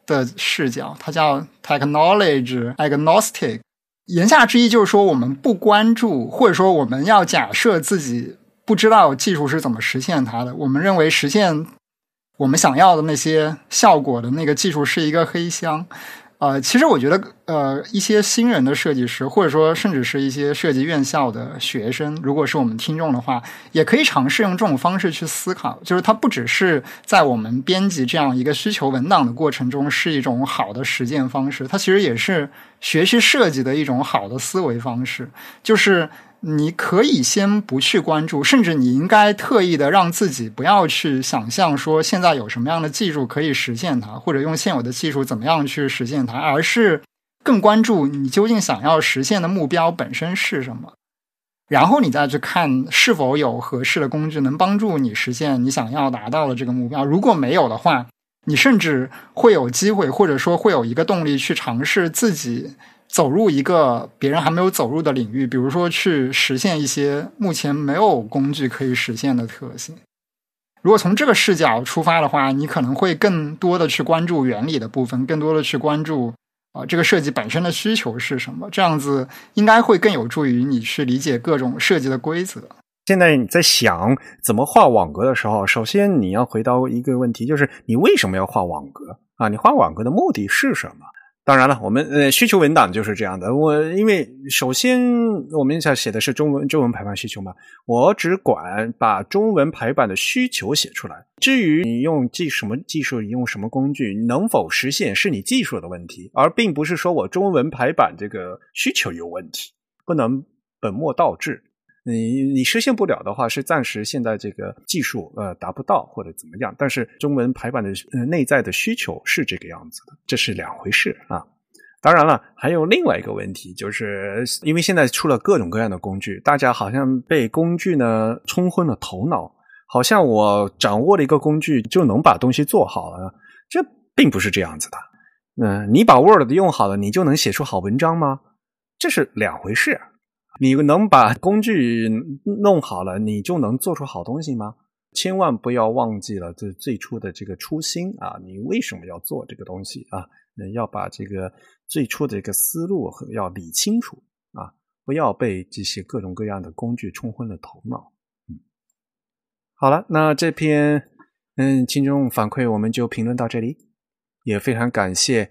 的视角，它叫 technology agnostic。言下之意就是说，我们不关注，或者说我们要假设自己不知道技术是怎么实现它的，我们认为实现我们想要的那些效果的那个技术是一个黑箱。其实我觉得一些新人的设计师，或者说甚至是一些设计院校的学生，如果是我们听众的话，也可以尝试用这种方式去思考，就是它不只是在我们编辑这样一个需求文档的过程中是一种好的实践方式，它其实也是学习设计的一种好的思维方式。就是你可以先不去关注，甚至你应该特意的让自己不要去想象说现在有什么样的技术可以实现它，或者用现有的技术怎么样去实现它，而是更关注你究竟想要实现的目标本身是什么，然后你再去看是否有合适的工具能帮助你实现你想要达到的这个目标。如果没有的话，你甚至会有机会，或者说会有一个动力去尝试自己走入一个别人还没有走入的领域，比如说去实现一些目前没有工具可以实现的特性。如果从这个视角出发的话，你可能会更多的去关注原理的部分，更多的去关注这个设计本身的需求是什么，这样子应该会更有助于你去理解各种设计的规则。
现在你在想怎么画网格的时候，首先你要回答一个问题，就是你为什么要画网格啊？你画网格的目的是什么？当然了，我们需求文档就是这样的。因为首先我们想写的是中文排版需求嘛，我只管把中文排版的需求写出来。至于你用什么技术，用什么工具，能否实现是你技术的问题，而并不是说我中文排版这个需求有问题，不能本末倒置。你实现不了的话，是暂时现在这个技术达不到或者怎么样，但是中文排版的内在的需求是这个样子的，这是两回事啊。当然了，还有另外一个问题，就是因为现在出了各种各样的工具，大家好像被工具呢冲昏了头脑，好像我掌握了一个工具就能把东西做好了，这并不是这样子的。你把 Word 用好了，你就能写出好文章吗？这是两回事。你能把工具弄好了，你就能做出好东西吗？千万不要忘记了这最初的这个初心啊！你为什么要做这个东西啊？要把这个最初的这个思路要理清楚啊！不要被这些各种各样的工具冲昏了头脑。好了，那这篇听众反馈我们就评论到这里，也非常感谢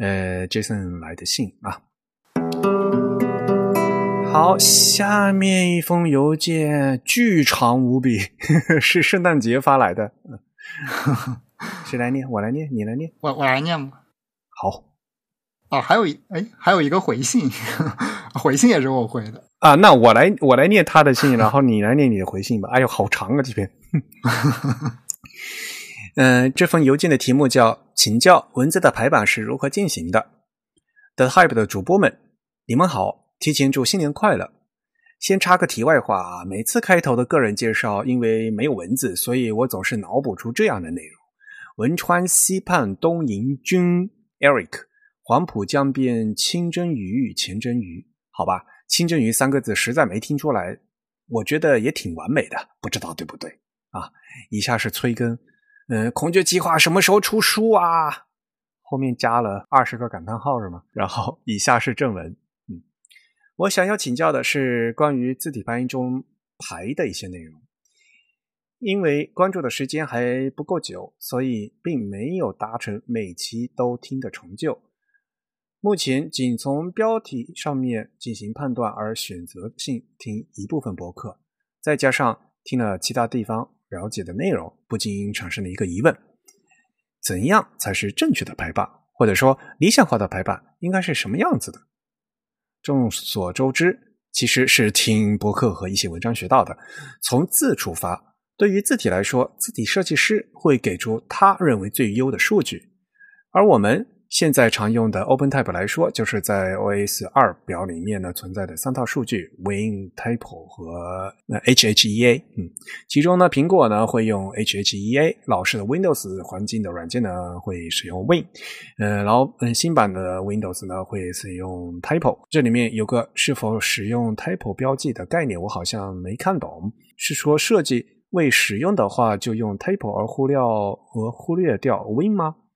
Jason 来的信啊。好，下面一封邮件巨长无比，是圣诞节发来的。谁来念？我来念？你来念？
我来念吗？
好。
还有一个回信，回信也是我回的
啊。那我来念他的信，然后你来念你的回信吧。哎呦，好长啊这篇。这封邮件的题目叫请教文字的排版是如何进行的。The Hype 的主播们，你们好。提前祝新年快乐。先插个题外话，每次开头的个人介绍因为没有文字，所以我总是脑补出这样的内容：汶川西畔东营君 Eric， 黄浦江边清蒸鱼钱蒸鱼。好吧，清蒸鱼三个字实在没听出来，我觉得也挺完美的，不知道对不对啊？以下是催更，孔雀计划什么时候出书啊？后面加了20个感叹号是吗？然后以下是正文。我想要请教的是关于字体排印中排的一些内容。因为关注的时间还不够久，所以并没有达成每期都听的成就。目前仅从标题上面进行判断而选择性听一部分播客，再加上听了其他地方了解的内容，不禁产生了一个疑问：怎样才是正确的排版？或者说理想化的排版应该是什么样子的？众所周知，其实是听播客和一些文章学到的。从字出发，对于字体来说，字体设计师会给出他认为最优的数据，而我们现在常用的 OpenType 来说，就是在 OS2 表里面呢存在的3套数据 Win、Typo 和HHEA。其中呢，苹果呢会用 HHEA， 老式的 Windows 环境的软件呢会使用 Win， 然后新版的 Windows 呢会使用 Typo。这里面有个是否使用 Typo 标记的概念，我好像没看懂，是说设计未使用的话就用 Typo 而忽略掉 Win 吗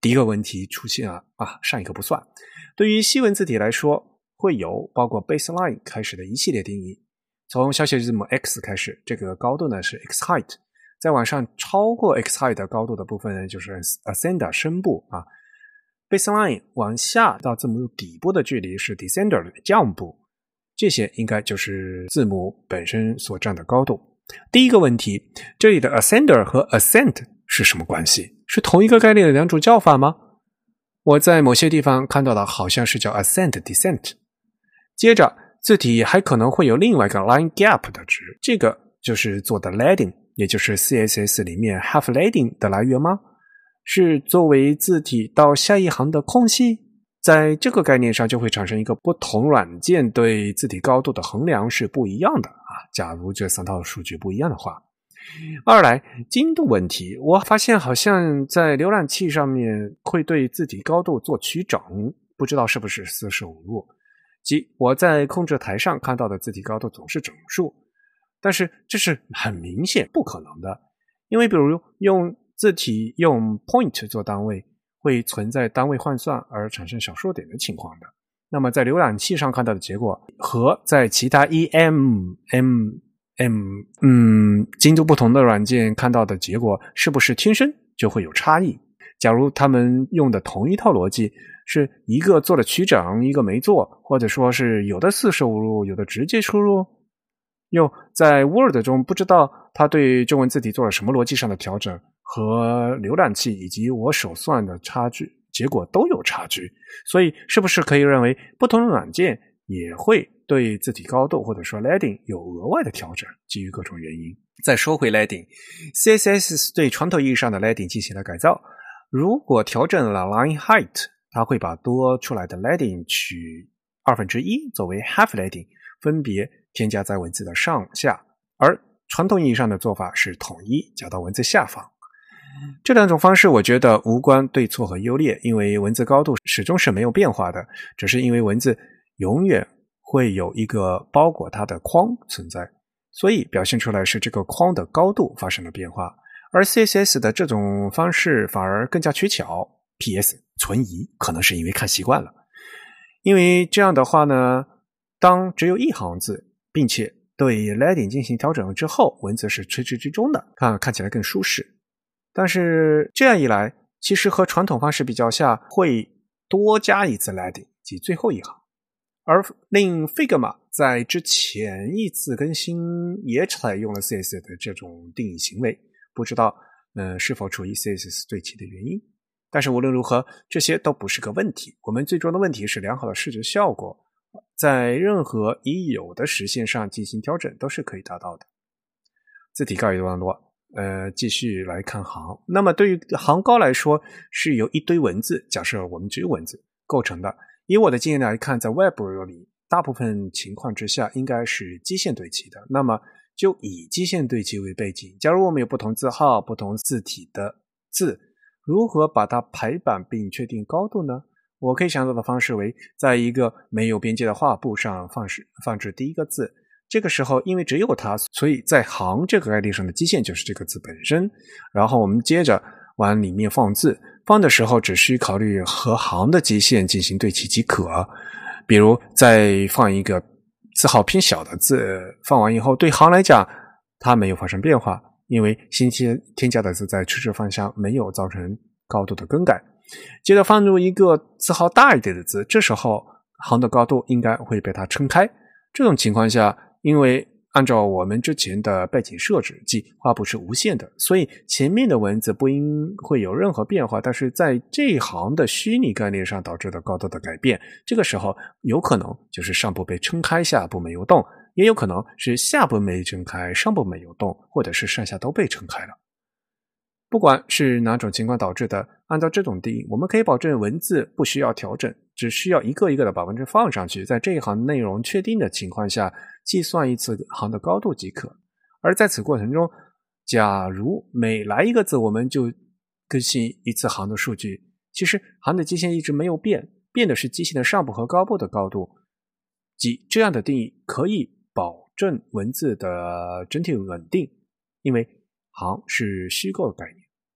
第一个问题出现了上一个不算。对于西文字体来说，会有包括 baseline 开始的一系列定义，从小写字母 X 开始，这个高度呢是 X height， 再往上超过 X height 的高度的部分呢就是 ascender 声部baseline 往下到字母底部的距离是 descender 的降部，这些应该就是字母本身所占的高度。第一个问题，这里的 ascender 和 ascent 是什么关系？是同一个概念的两种叫法吗？我在某些地方看到的好像是叫 ascent descent。接着字体还可能会有另外一个 line gap 的值，这个就是做的 leading， 也就是 CSS 里面 half leading 的来源吗？是作为字体到下一行的空隙？在这个概念上就会产生一个不同软件对字体高度的衡量是不一样的假如这三套数据不一样的话。二来，精度问题，我发现好像在浏览器上面会对字体高度做取整，不知道是不是45度。即我在控制台上看到的字体高度总是整数，但是这是很明显不可能的，因为比如用字体用 point 做单位，会存在单位换算而产生小数点的情况的。那么在浏览器上看到的结果和在其他 精度不同的软件看到的结果是不是天生就会有差异？假如他们用的同一套逻辑是一个做了取整，一个没做，或者说是有的45度，有的直接输入，又在 Word 中不知道他对中文字体做了什么逻辑上的调整，和浏览器以及我手算的差距结果都有差距，所以是不是可以认为不同的软件也会对字体高度或者说 leading 有额外的调整，基于各种原因。再说回 leading， CSS 对传统意义上的 leading 进行了改造，如果调整了 line height， 它会把多出来的 leading 取1/2作为 half leading， 分别添加在文字的上下，而传统意义上的做法是统一加到文字下方。这两种方式我觉得无关对错和优劣，因为文字高度始终是没有变化的，只是因为文字永远会有一个包裹它的框存在，所以表现出来是这个框的高度发生了变化。而 CSS 的这种方式反而更加取巧。 PS 存疑可能是因为看习惯了，因为这样的话呢，当只有一行字并且对 leading 进行调整之后，文字是垂直之中的，看起来更舒适。但是这样一来，其实和传统方式比较下，会多加一次 leading， 即最后一行。而令 Figma 在之前一次更新也采用了 CSS 的这种定义行为，不知道是否出于 CSS 对齐的原因。但是无论如何，这些都不是个问题，我们最终的问题是良好的视觉效果，在任何已有的实现上进行调整都是可以达到的。字体告一段落，继续来看行。那么对于行高来说，是由一堆文字，假设我们只有文字构成的。以我的经验来看，在 Web 里大部分情况之下应该是基线对齐的，那么就以基线对齐为背景。假如我们有不同字号、不同字体的字，如何把它排版并确定高度呢？我可以想到的方式为，在一个没有边界的画布上放置第一个字，这个时候因为只有它，所以在行这个概念上的基线就是这个字本身，然后我们接着往里面放字，放的时候只需考虑和行的基线进行对齐即可。比如再放一个字号偏小的字，放完以后对行来讲它没有发生变化，因为新添加的字在垂直方向没有造成高度的更改。接着放入一个字号大一点的字，这时候行的高度应该会被它撑开。这种情况下，因为按照我们之前的背景设置，即画布是无限的，所以前面的文字不应会有任何变化，但是在这一行的虚拟概念上导致的高度的改变，这个时候有可能就是上部被撑开，下部没有动，也有可能是下部没撑开，上部没有动，或者是上下都被撑开了。不管是哪种情况导致的，按照这种定义，我们可以保证文字不需要调整，只需要一个一个的把文字放上去，在这一行内容确定的情况下计算一次行的高度即可。而在此过程中，假如每来一个字我们就更新一次行的数据，其实行的基线一直没有变，变的是基线的上部和高部的高度，即这样的定义可以保证文字的整体稳定，因为行是虚构的概念。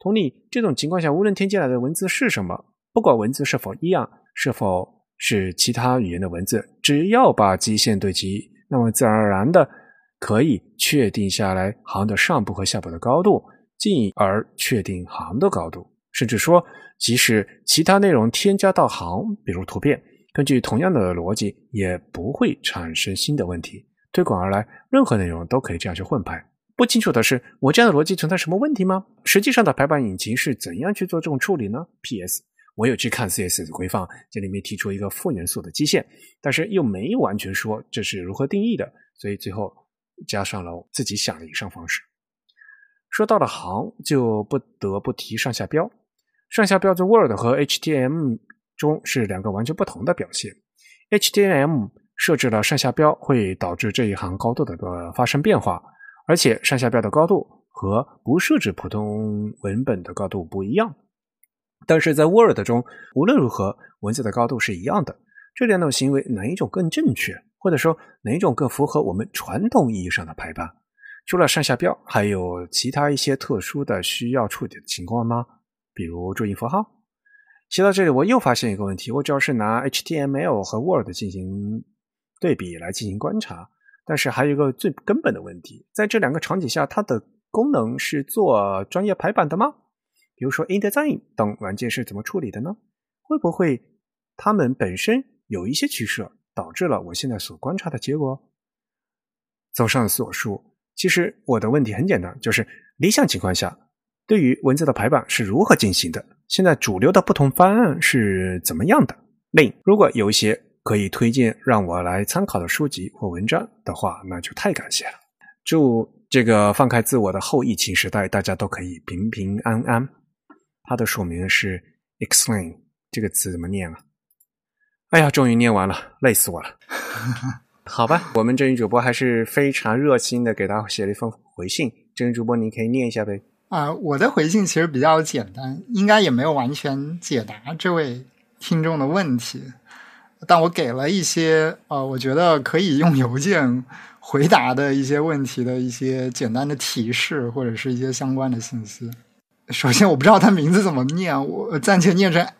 同理，这种情况下无论添加来的文字是什么，不管文字是否一样，是否是其他语言的文字，只要把基线对齐，那么自然而然的可以确定下来行的上部和下部的高度，进而确定行的高度。甚至说，即使其他内容添加到行，比如图片，根据同样的逻辑也不会产生新的问题。推广而来，任何内容都可以这样去混排。不清楚的是，我这样的逻辑存在什么问题吗？实际上的排版引擎是怎样去做这种处理呢？ PS， 我有去看 CSS 规范，这里面提出一个负元素的基线，但是又没完全说这是如何定义的，所以最后加上了自己想的以上方式。说到了行，就不得不提上下标。上下标在 Word 和 HTML 中是两个完全不同的表现。HTML 设置了上下标会导致这一行高度的发生变化，而且上下标的高度和不设置普通文本的高度不一样。但是在 Word 中，无论如何文字的高度是一样的。这两种行为哪一种更正确，或者说哪一种更符合我们传统意义上的排版？除了上下标，还有其他一些特殊的需要处理的情况吗？比如注音符号。写到这里，我又发现一个问题，我主要是拿 HTML 和 Word 进行对比来进行观察，但是还有一个最根本的问题，在这两个场景下，它的功能是做专业排版的吗？比如说 InDesign 等软件是怎么处理的呢？会不会它们本身有一些取舍，导致了我现在所观察的结果？综上所述，其实我的问题很简单，就是理想情况下，对于文字的排版是如何进行的？现在主流的不同方案是怎么样的？另，如果有一些可以推荐让我来参考的书籍或文章的话，那就太感谢了。祝这个放开自我的后疫情时代，大家都可以平平安安。它的署名是 explain， 这个词怎么念啊？哎呀，终于念完了，累死我了。好吧，我们真宇主播还是非常热心的给他写了一封回信。真宇主播，你可以念一下呗。
我的回信其实比较简单，应该也没有完全解答这位听众的问题，但我给了一些我觉得可以用邮件回答的一些问题的一些简单的提示，或者是一些相关的信息。首先我不知道他名字怎么念，我暂且念成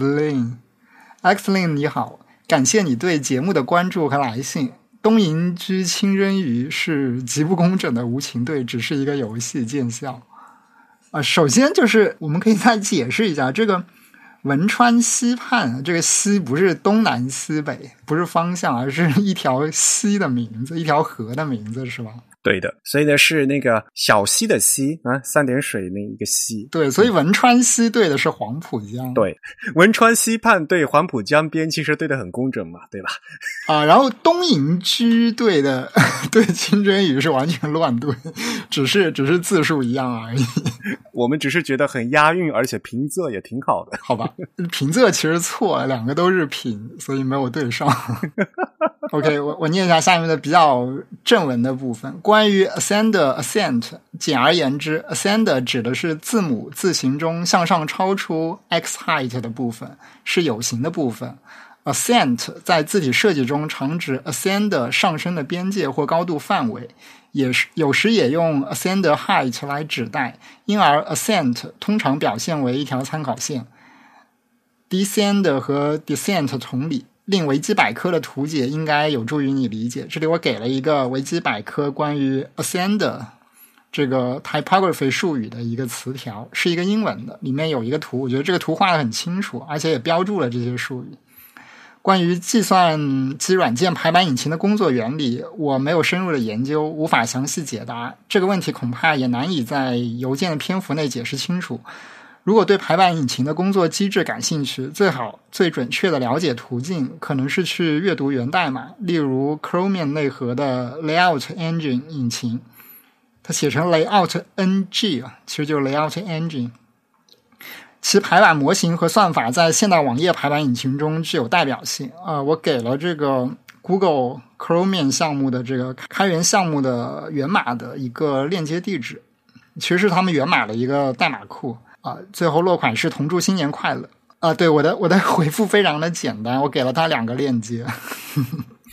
Xlin。Xlin 你好，感谢你对节目的关注和来信。东瀛居清真鱼是极不工整的无情队，只是一个游戏，见笑。首先就是我们可以再解释一下这个汶川西畔，这个西不是东南西北，不是方向，而是一条溪的名字，一条河的名字，是吧？
对的，所以呢是那个小溪的溪啊，3点水那一个溪。
对，所以汶川西对的是黄浦江。
对，汶川西畔对黄浦江边，其实对的很工整嘛，对吧？
然后东瀛居对的对清真语是完全乱对，只是字数一样而已。
我们只是觉得很押韵，而且平仄也挺好的。
好吧，平仄其实错了，两个都是平，所以没有对上。OK， 我念一下下面的比较正文的部分。关于 ascend， 简而言之 ascend 指的是字母字形中向上超出 x height 的部分，是有形的部分。ascent 在字体设计中常指 ascend 上升的边界或高度范围，有时也用 ascend height 来指代，因而 ascent 通常表现为一条参考线。descend 和 descent 同理，令维基百科的图解应该有助于你理解。这里我给了一个维基百科关于 ascend 这个 typography 术语的一个词条，是一个英文的，里面有一个图，我觉得这个图画得很清楚，而且也标注了这些术语。关于计算机软件排版引擎的工作原理，我没有深入的研究，无法详细解答。这个问题恐怕也难以在邮件的篇幅内解释清楚。如果对排版引擎的工作机制感兴趣，最好最准确的了解途径可能是去阅读源代码，例如 Chromium 内核的 Layout Engine 引擎，它写成 Layout NG 其实就是 Layout Engine。其排版模型和算法在现代网页排版引擎中具有代表性。我给了这个 Google Chromium 项目的这个开源项目的源码的一个链接地址，其实是他们源码的一个代码库。最后落款是同祝新年快乐。对，我的回复非常的简单，我给了他2个链接。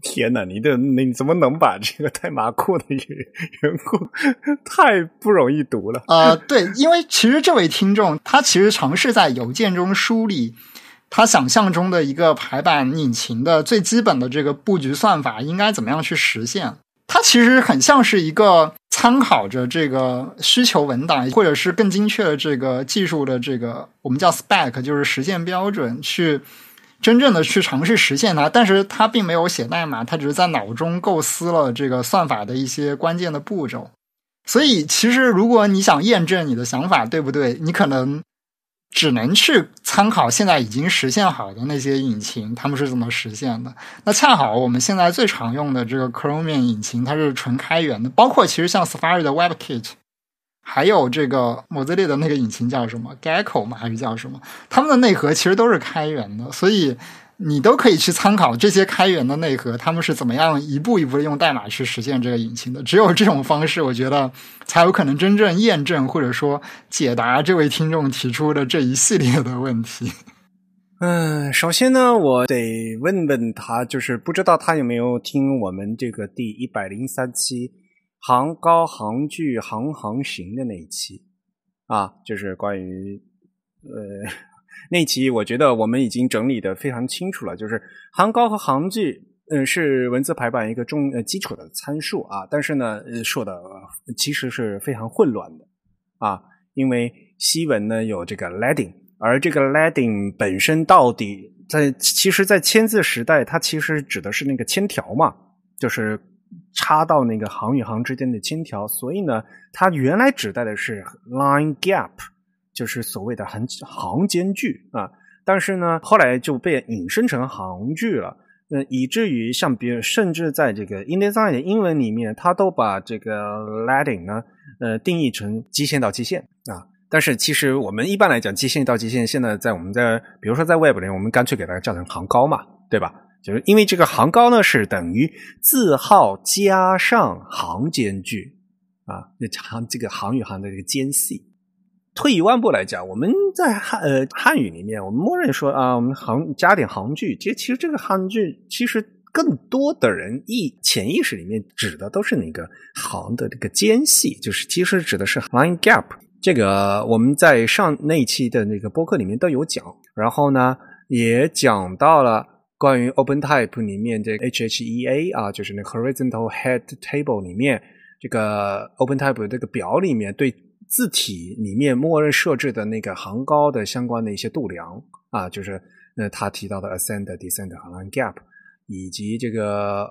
天哪，你怎么能把这个代码库的缘故太不容易读了。
对，因为其实这位听众他其实尝试在邮件中梳理他想象中的一个排版引擎的最基本的这个布局算法应该怎么样去实现。它其实很像是一个参考着这个需求文档，或者是更精确的这个技术的这个我们叫 spec， 就是实现标准，去真正的去尝试实现它，但是它并没有写代码，它只是在脑中构思了这个算法的一些关键的步骤。所以其实如果你想验证你的想法对不对，你可能只能去参考现在已经实现好的那些引擎，他们是怎么实现的。那恰好我们现在最常用的这个 Chromium 引擎它是纯开源的，包括其实像 Safari 的 WebKit， 还有这个 Mozilla 的那个引擎叫什么 Gecko 吗还是叫什么，他们的内核其实都是开源的，所以你都可以去参考这些开源的内核，他们是怎么样一步一步的用代码去实现这个引擎的。只有这种方式，我觉得才有可能真正验证或者说解答这位听众提出的这一系列的问题。
首先呢，我得问问他，就是不知道他有没有听我们这个第103期行高行距行行行的那一期啊，就是关于那期我觉得我们已经整理的非常清楚了，就是行高和行距是文字排版一个基础的参数啊，但是呢说的其实是非常混乱的啊，因为西文呢有这个 Latin， 而这个 Latin 本身到底其实在签字时代它其实指的是那个签条嘛，就是插到那个行与行之间的签条，所以呢它原来指代的是 line gap，就是所谓的行间距啊，但是呢，后来就被引申成行距了，以至于像比如甚至在这个 InDesign 的英文里面，它都把这个 Latin 呢，定义成基线到基线啊。但是其实我们一般来讲，基线到基线，现在在我们在比如说在 Web 里，我们干脆给它叫成行高嘛，对吧？就是因为这个行高呢是等于字号加上行间距啊，这个行与行的这个间隙。退一万步来讲，我们在汉语里面，我们默认说啊，我们加点行距，其实这个行距其实更多的人潜意识里面指的都是那个行的这个间隙，就是其实指的是 line gap。这个我们在上那一期的那个播客里面都有讲，然后呢也讲到了关于 OpenType 里面这个 HHEA 啊，就是那个 Horizontal Head Table 里面这个 OpenType 这个表里面对字体里面默认设置的那个行高的相关的一些度量啊，就是他提到的 Ascend、Descend 和 Line Gap， 以及这个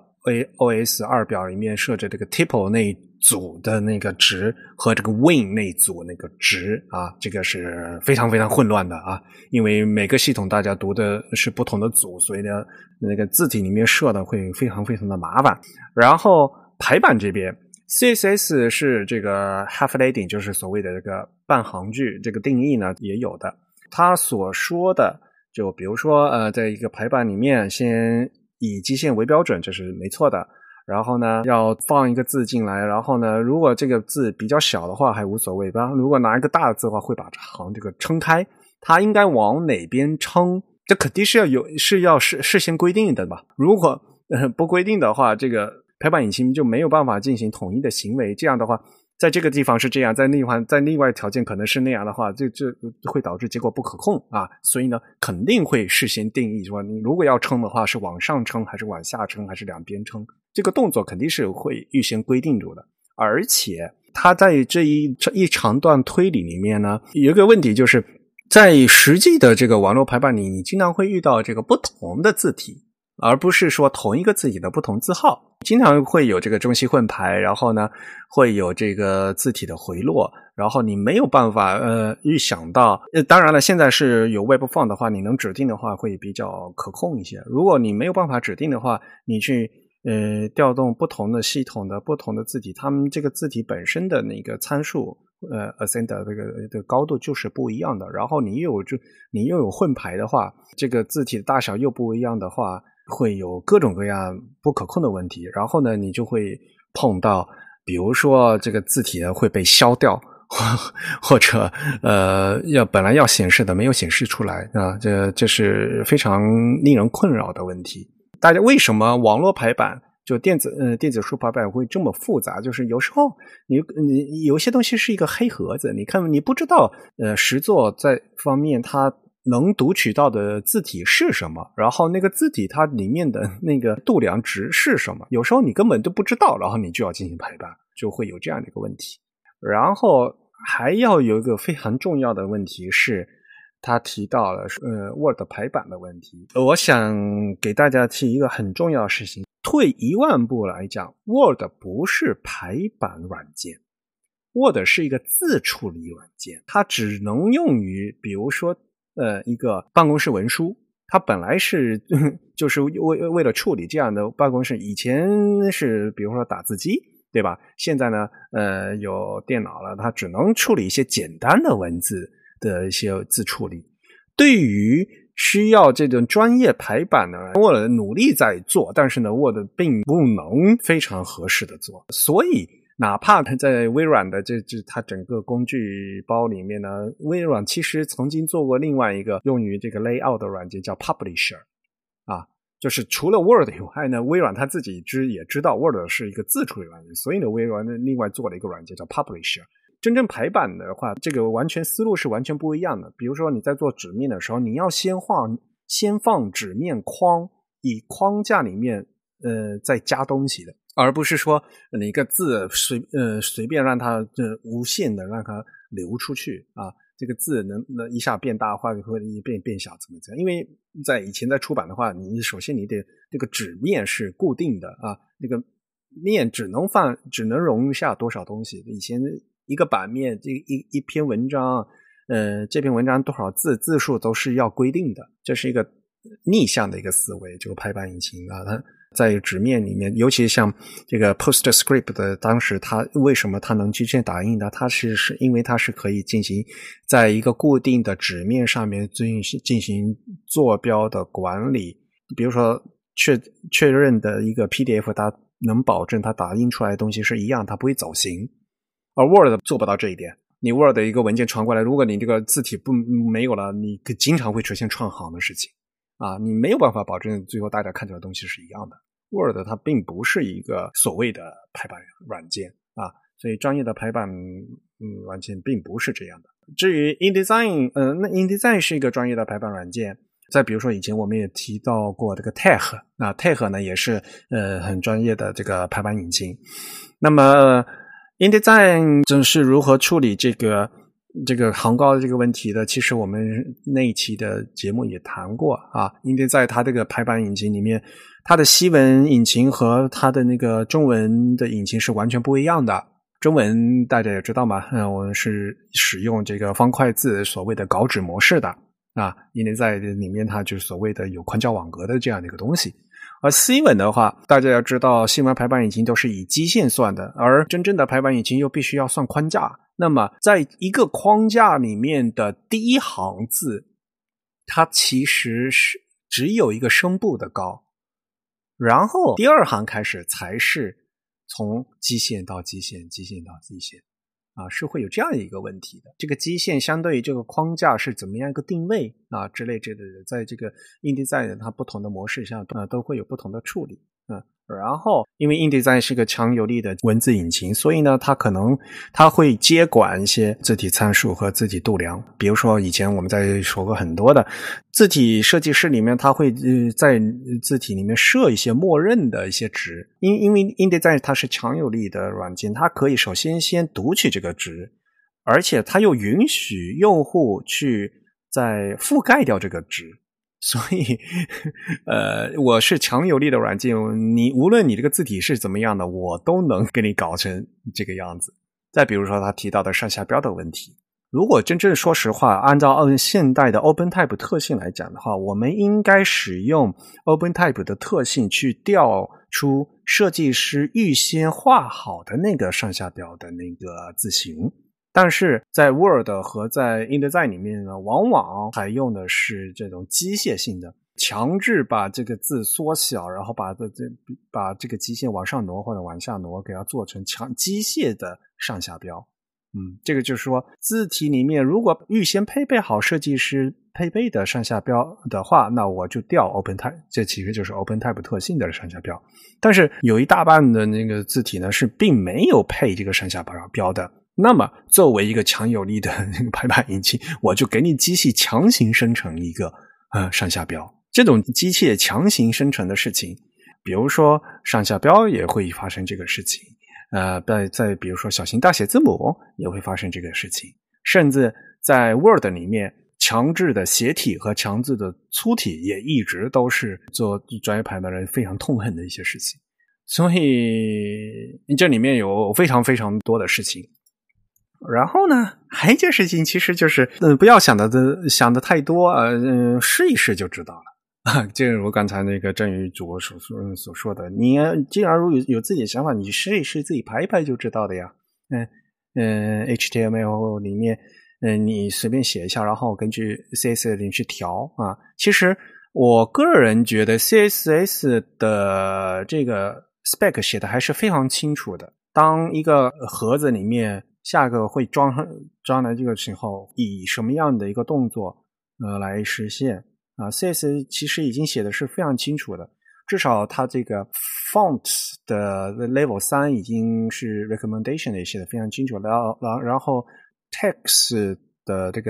OS2 表里面设置这个 Tuple 那一组的那个值和这个 Win 那一组那个值啊，这个是非常非常混乱的啊，因为每个系统大家读的是不同的组，所以呢那个字体里面设的会非常非常的麻烦。然后排版这边CSS 是这个 half ladding， 就是所谓的这个半行距，这个定义呢也有的。他所说的就比如说在一个排版里面先以基线为标准，这是没错的。然后呢要放一个字进来，然后呢如果这个字比较小的话还无所谓吧，如果拿一个大的字的话会把行这个撑开，它应该往哪边撑，这肯定是要事先规定的吧。如果不规定的话，这个排版引擎就没有办法进行统一的行为，这样的话在这个地方是这样，在另外条件可能是那样的话，这会导致结果不可控啊。所以呢肯定会事先定义说你如果要撑的话是往上撑还是往下撑还是两边撑，这个动作肯定是会预先规定住的。而且它在这一长段推理里面呢有一个问题，就是在实际的这个网络排版里，你经常会遇到这个不同的字体，而不是说同一个字体的不同字号，经常会有这个中西混排，然后呢会有这个字体的回落，然后你没有办法预想到当然了现在是有 Web Font 的话，你能指定的话会比较可控一些，如果你没有办法指定的话，你去调动不同的系统的不同的字体，它们这个字体本身的那个参数Ascend 这个高度就是不一样的，然后你又有混排的话，这个字体的大小又不一样的话，会有各种各样不可控的问题，然后呢你就会碰到比如说这个字体呢会被消掉或者本来要显示的没有显示出来啊，这是非常令人困扰的问题。 大家为什么网络排版就电子书排版会这么复杂，就是有时候你有些东西是一个黑盒子，你看你不知道实作在方面它能读取到的字体是什么，然后那个字体它里面的那个度量值是什么，有时候你根本都不知道，然后你就要进行排版，就会有这样的一个问题。然后还要有一个非常重要的问题是他提到了Word 排版的问题。我想给大家提一个很重要的事情，退一万步来讲， Word 不是排版软件， Word 是一个字处理软件，它只能用于比如说一个办公室文书，它本来是就是为了处理这样的办公室，以前是比如说打字机，对吧？现在呢有电脑了，它只能处理一些简单的文字的一些字处理。对于需要这种专业排版呢， Word 努力在做，但是呢 Word 并不能非常合适的做，所以哪怕它在微软的它整个工具包里面呢，微软其实曾经做过另外一个用于这个 layout 的软件叫 Publisher 啊，就是除了 Word 以外呢，微软它自己也知道 Word 是一个字处理软件，所以呢微软另外做了一个软件叫 Publisher。真正排版的话，这个思路是完全不一样的。比如说你在做纸面的时候，你要先放纸面框，以框架里面再加东西的，而不是说你一个字随便让它无限的让它流出去啊，这个字能一下变大或者变小怎么样？因为在以前在出版的话，你首先你得这个纸面是固定的啊，那个面只能容下多少东西。以前一个版面一篇文章这篇文章多少字数都是要规定的，这是一个逆向的一个思维。这个排版引擎啊，它在纸面里面，尤其像这个 PostScript 的，当时它为什么它能机械打印呢？它是因为它是可以进行在一个固定的纸面上面进行坐标的管理，比如说确认的一个 PDF， 它能保证它打印出来的东西是一样，它不会走形。而 Word 做不到这一点，你 Word 的一个文件传过来，如果你这个字体没有了，你经常会出现串行的事情啊，你没有办法保证最后大家看到的东西是一样的。Word 它并不是一个所谓的排版软件啊，所以专业的排版软件并不是这样的。至于 InDesign， 那 InDesign 是一个专业的排版软件。再比如说以前我们也提到过这个 TeX， 那 TeX 呢也是很专业的这个排版引擎。那么InDesign 正是如何处理这个行高的这个问题的，其实我们那一期的节目也谈过啊。InDesign 它这个排版引擎里面，它的西文引擎和它的那个中文的引擎是完全不一样的。中文大家也知道嘛，我们是使用这个方块字所谓的稿纸模式的啊。InDesign 里面它就是所谓的有宽角网格的这样的一个东西。而西文的话，大家要知道西文排版引擎都是以基线算的，而真正的排版引擎又必须要算框架。那么在一个框架里面的第一行字，它其实是只有一个声部的高，然后第二行开始才是从基线到基线到基线啊，是会有这样一个问题的。这个基线相对于这个框架是怎么样一个定位啊之类的，在这个 InDesign 它不同的模式下都会有不同的处理。然后因为 InDesign 是个强有力的文字引擎，所以呢它会接管一些字体参数和字体度量。比如说以前我们在说过很多的字体设计师里面，它会在字体里面设一些默认的一些值，因为 InDesign 它是强有力的软件，它可以首先读取这个值，而且它又允许用户去再覆盖掉这个值。所以我是强有力的软件，无论你这个字体是怎么样的，我都能给你搞成这个样子。再比如说他提到的上下标的问题，如果真正说实话，按照现代的 OpenType 特性来讲的话，我们应该使用 OpenType 的特性去调出设计师预先画好的那个上下标的那个字形。但是在 Word 和在 InDesign 里面呢，往往采用的是这种机械性的，强制把这个字缩小，然后把这个基线往上挪或者往下挪，给它做成机械的上下标这个就是说字体里面如果预先配备好设计师配备的上下标的话，那我就调 OpenType， 这其实就是 OpenType 特性的上下标。但是有一大半的那个字体呢是并没有配这个上下标的，那么作为一个强有力的那个排版引擎，我就给你机器强行生成一个上下标。这种机器强行生成的事情，比如说上下标也会发生这个事情，再比如说小型大写字母也会发生这个事情，甚至在 Word 里面强制的斜体和强制的粗体也一直都是做专业排版人非常痛恨的一些事情。所以这里面有非常非常多的事情。然后呢，还有一件事情其实就是不要想的太多，试一试就知道了。这是我刚才那个郑宇主播所说的，你既然如果有自己的想法，你试一试自己排一排就知道的呀。HTML 里面你随便写一下，然后根据 CSS 里去调啊。其实我个人觉得 CSS 的这个 spec 写的还是非常清楚的。当一个盒子里面下个会装来这个时候，以什么样的一个动作来实现CSS 其实已经写的是非常清楚的，至少它这个 font 的 level 3已经是 recommendation 也写的非常清楚了，然后 text 的这个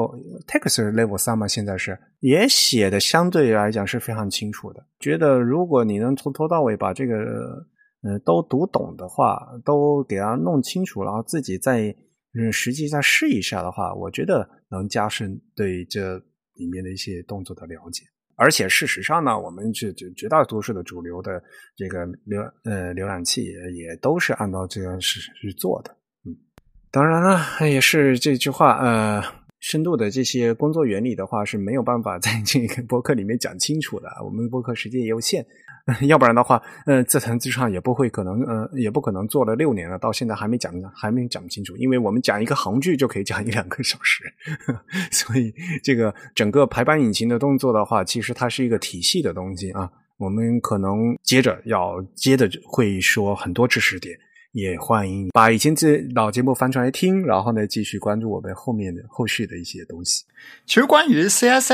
text level 3嘛，现在是也写的相对来讲是非常清楚的。觉得如果你能从头到尾把这个都读懂的话，都给它弄清楚，然后自己再实际再试一下的话，我觉得能加深对这里面的一些动作的了解。而且事实上呢，我们绝大多数的主流的这个浏览器也都是按照这样去做的。当然了，也是这句话深度的这些工作原理的话是没有办法在这个播客里面讲清楚的，我们播客时间也有限，要不然的话自弹自唱也不可能做了6年了，到现在还没讲清楚，因为我们讲一个行距就可以讲1-2个小时所以这个整个排版引擎的动作的话，其实它是一个体系的东西啊。我们可能接着会说很多知识点，也欢迎把以前老节目翻出来听，然后呢继续关注我们后续的一些东西。
其实关于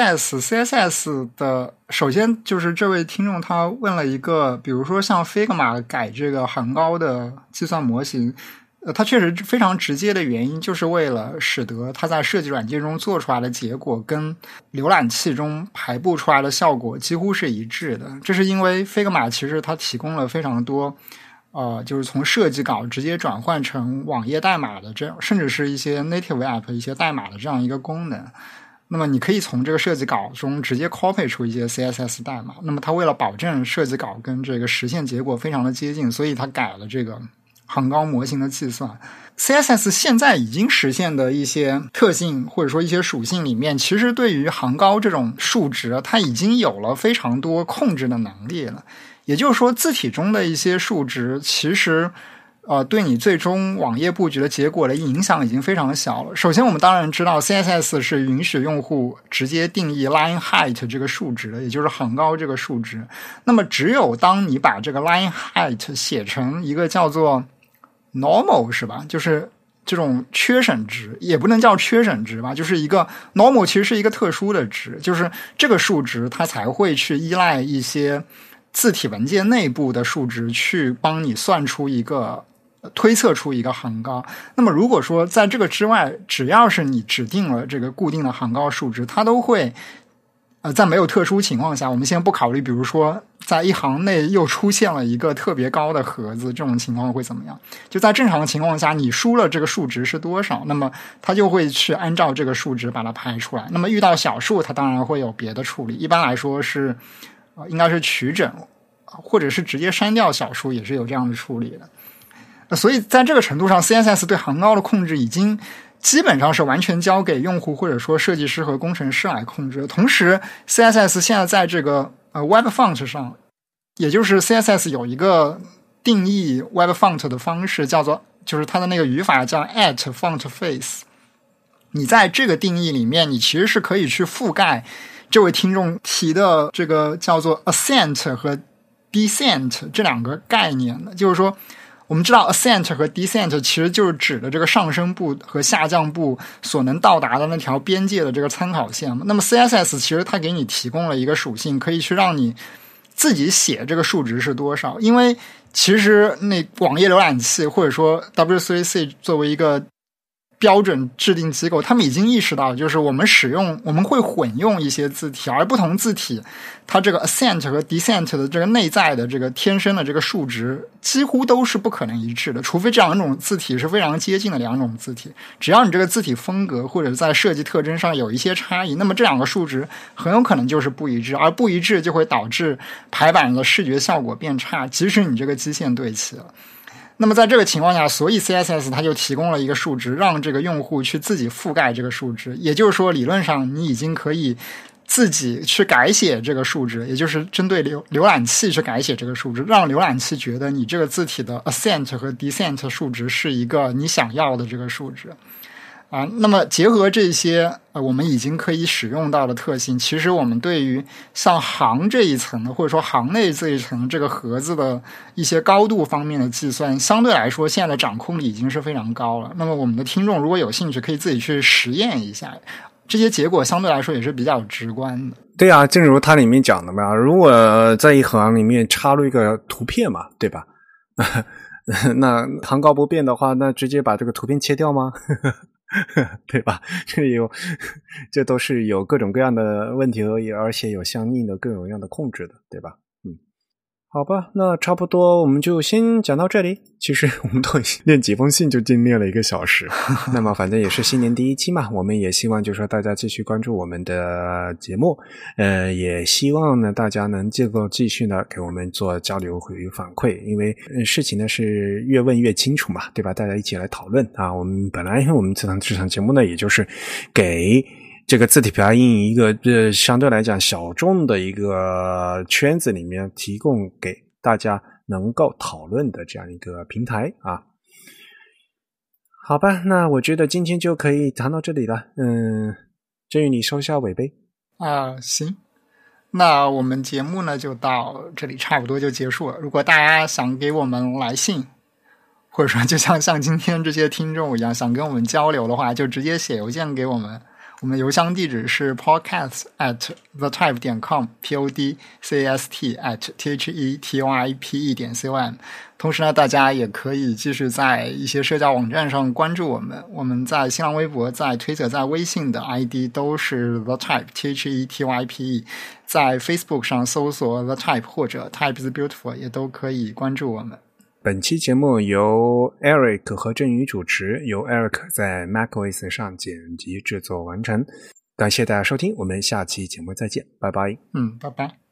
CSS 的，首先就是这位听众他问了一个，比如说像 Figma 改这个行高的计算模型，它确实非常直接的原因就是为了使得它在设计软件中做出来的结果跟浏览器中排布出来的效果几乎是一致的。这是因为 Figma 其实它提供了非常多就是从设计稿直接转换成网页代码的这样，甚至是一些 native app 一些代码的这样一个功能。那么你可以从这个设计稿中直接 copy 出一些 CSS 代码。那么它为了保证设计稿跟这个实现结果非常的接近，所以它改了这个行高模型的计算。CSS 现在已经实现的一些特性或者说一些属性里面，其实对于行高这种数值它已经有了非常多控制的能力了。也就是说字体中的一些数值其实对你最终网页布局的结果的影响已经非常小了。首先我们当然知道 CSS 是允许用户直接定义 line height 这个数值的，也就是行高这个数值。那么只有当你把这个 line height 写成一个叫做 normal 是吧，就是这种缺省值，也不能叫缺省值吧，就是一个 normal 其实是一个特殊的值，就是这个数值它才会去依赖一些字体文件内部的数值去帮你算出一个推测出一个行高。那么如果说在这个之外，只要是你指定了这个固定的行高数值，它都会在没有特殊情况下，我们先不考虑比如说在一行内又出现了一个特别高的盒子，这种情况会怎么样？就在正常的情况下，你输了这个数值是多少，那么它就会去按照这个数值把它排出来。那么遇到小数它当然会有别的处理，一般来说是应该是取整，或者是直接删掉小数，也是有这样的处理的。所以在这个程度上 CSS 对行高的控制已经基本上是完全交给用户或者说设计师和工程师来控制。同时 CSS 现在在这个Web Font 上，也就是 CSS 有一个定义 Web Font 的方式，叫做就是它的那个语法叫 @FontFace。 你在这个定义里面，你其实是可以去覆盖这位听众提的这个叫做 Accent 和 Descent 这两个概念的。就是说我们知道 ascent 和 descent 其实就是指的这个上升部和下降部所能到达的那条边界的这个参考线嘛。那么 CSS 其实它给你提供了一个属性，可以去让你自己写这个数值是多少。因为其实那网页浏览器或者说 W3C 作为一个标准制定机构，他们已经意识到，就是我们会混用一些字体，而不同字体它这个 ascent 和 descent 的这个内在的这个天生的这个数值几乎都是不可能一致的，除非这两种字体是非常接近的两种字体。只要你这个字体风格或者在设计特征上有一些差异，那么这两个数值很有可能就是不一致，而不一致就会导致排版的视觉效果变差，即使你这个基线对齐了。那么在这个情况下，所以 CSS 它就提供了一个数值，让这个用户去自己覆盖这个数值。也就是说，理论上你已经可以自己去改写这个数值，也就是针对浏览器去改写这个数值，让浏览器觉得你这个字体的 ascent 和 descent 数值是一个你想要的这个数值。那么结合这些我们已经可以使用到的特性，其实我们对于像行这一层的，或者说行内这一层这个盒子的一些高度方面的计算，相对来说现在的掌控力已经是非常高了。那么我们的听众如果有兴趣，可以自己去实验一下，这些结果相对来说也是比较直观的。
对啊，正如它里面讲的嘛，如果在一行里面插入一个图片嘛，对吧？那行高不变的话，那直接把这个图片切掉吗？对吧？这都是有各种各样的问题而且有相应的各种各样的控制的，对吧？好吧，那差不多我们就先讲到这里。其实我们都已经念几封信就念了1个小时。那么反正也是新年第一期嘛，我们也希望就是说大家继续关注我们的节目，也希望呢大家能够继续呢给我们做交流与反馈，因为事情呢是越问越清楚嘛，对吧？大家一起来讨论啊。我们本来我们这场节目呢，也就是给这个字体表达阴影一个相对来讲小众的一个圈子里面提供给大家能够讨论的这样一个平台啊。好吧，那我觉得今天就可以谈到这里了。振宇你收下尾呗。
行，那我们节目呢就到这里差不多就结束了。如果大家想给我们来信，或者说就像今天这些听众一样想跟我们交流的话，就直接写邮件给我们。我们的邮箱地址是 podcast@thetype.com podcast@thetype.com。 同时呢，大家也可以继续在一些社交网站上关注我们。我们在新浪微博、在推特、在微信的 ID 都是 The Type THETYPE， 在 Facebook 上搜索 The Type 或者 Type is Beautiful 也都可以关注我们。
本期节目由 Eric 和振宇主持，由 Eric 在 macOS 上剪辑制作完成。感谢大家收听，我们下期节目再见，拜拜。
拜拜。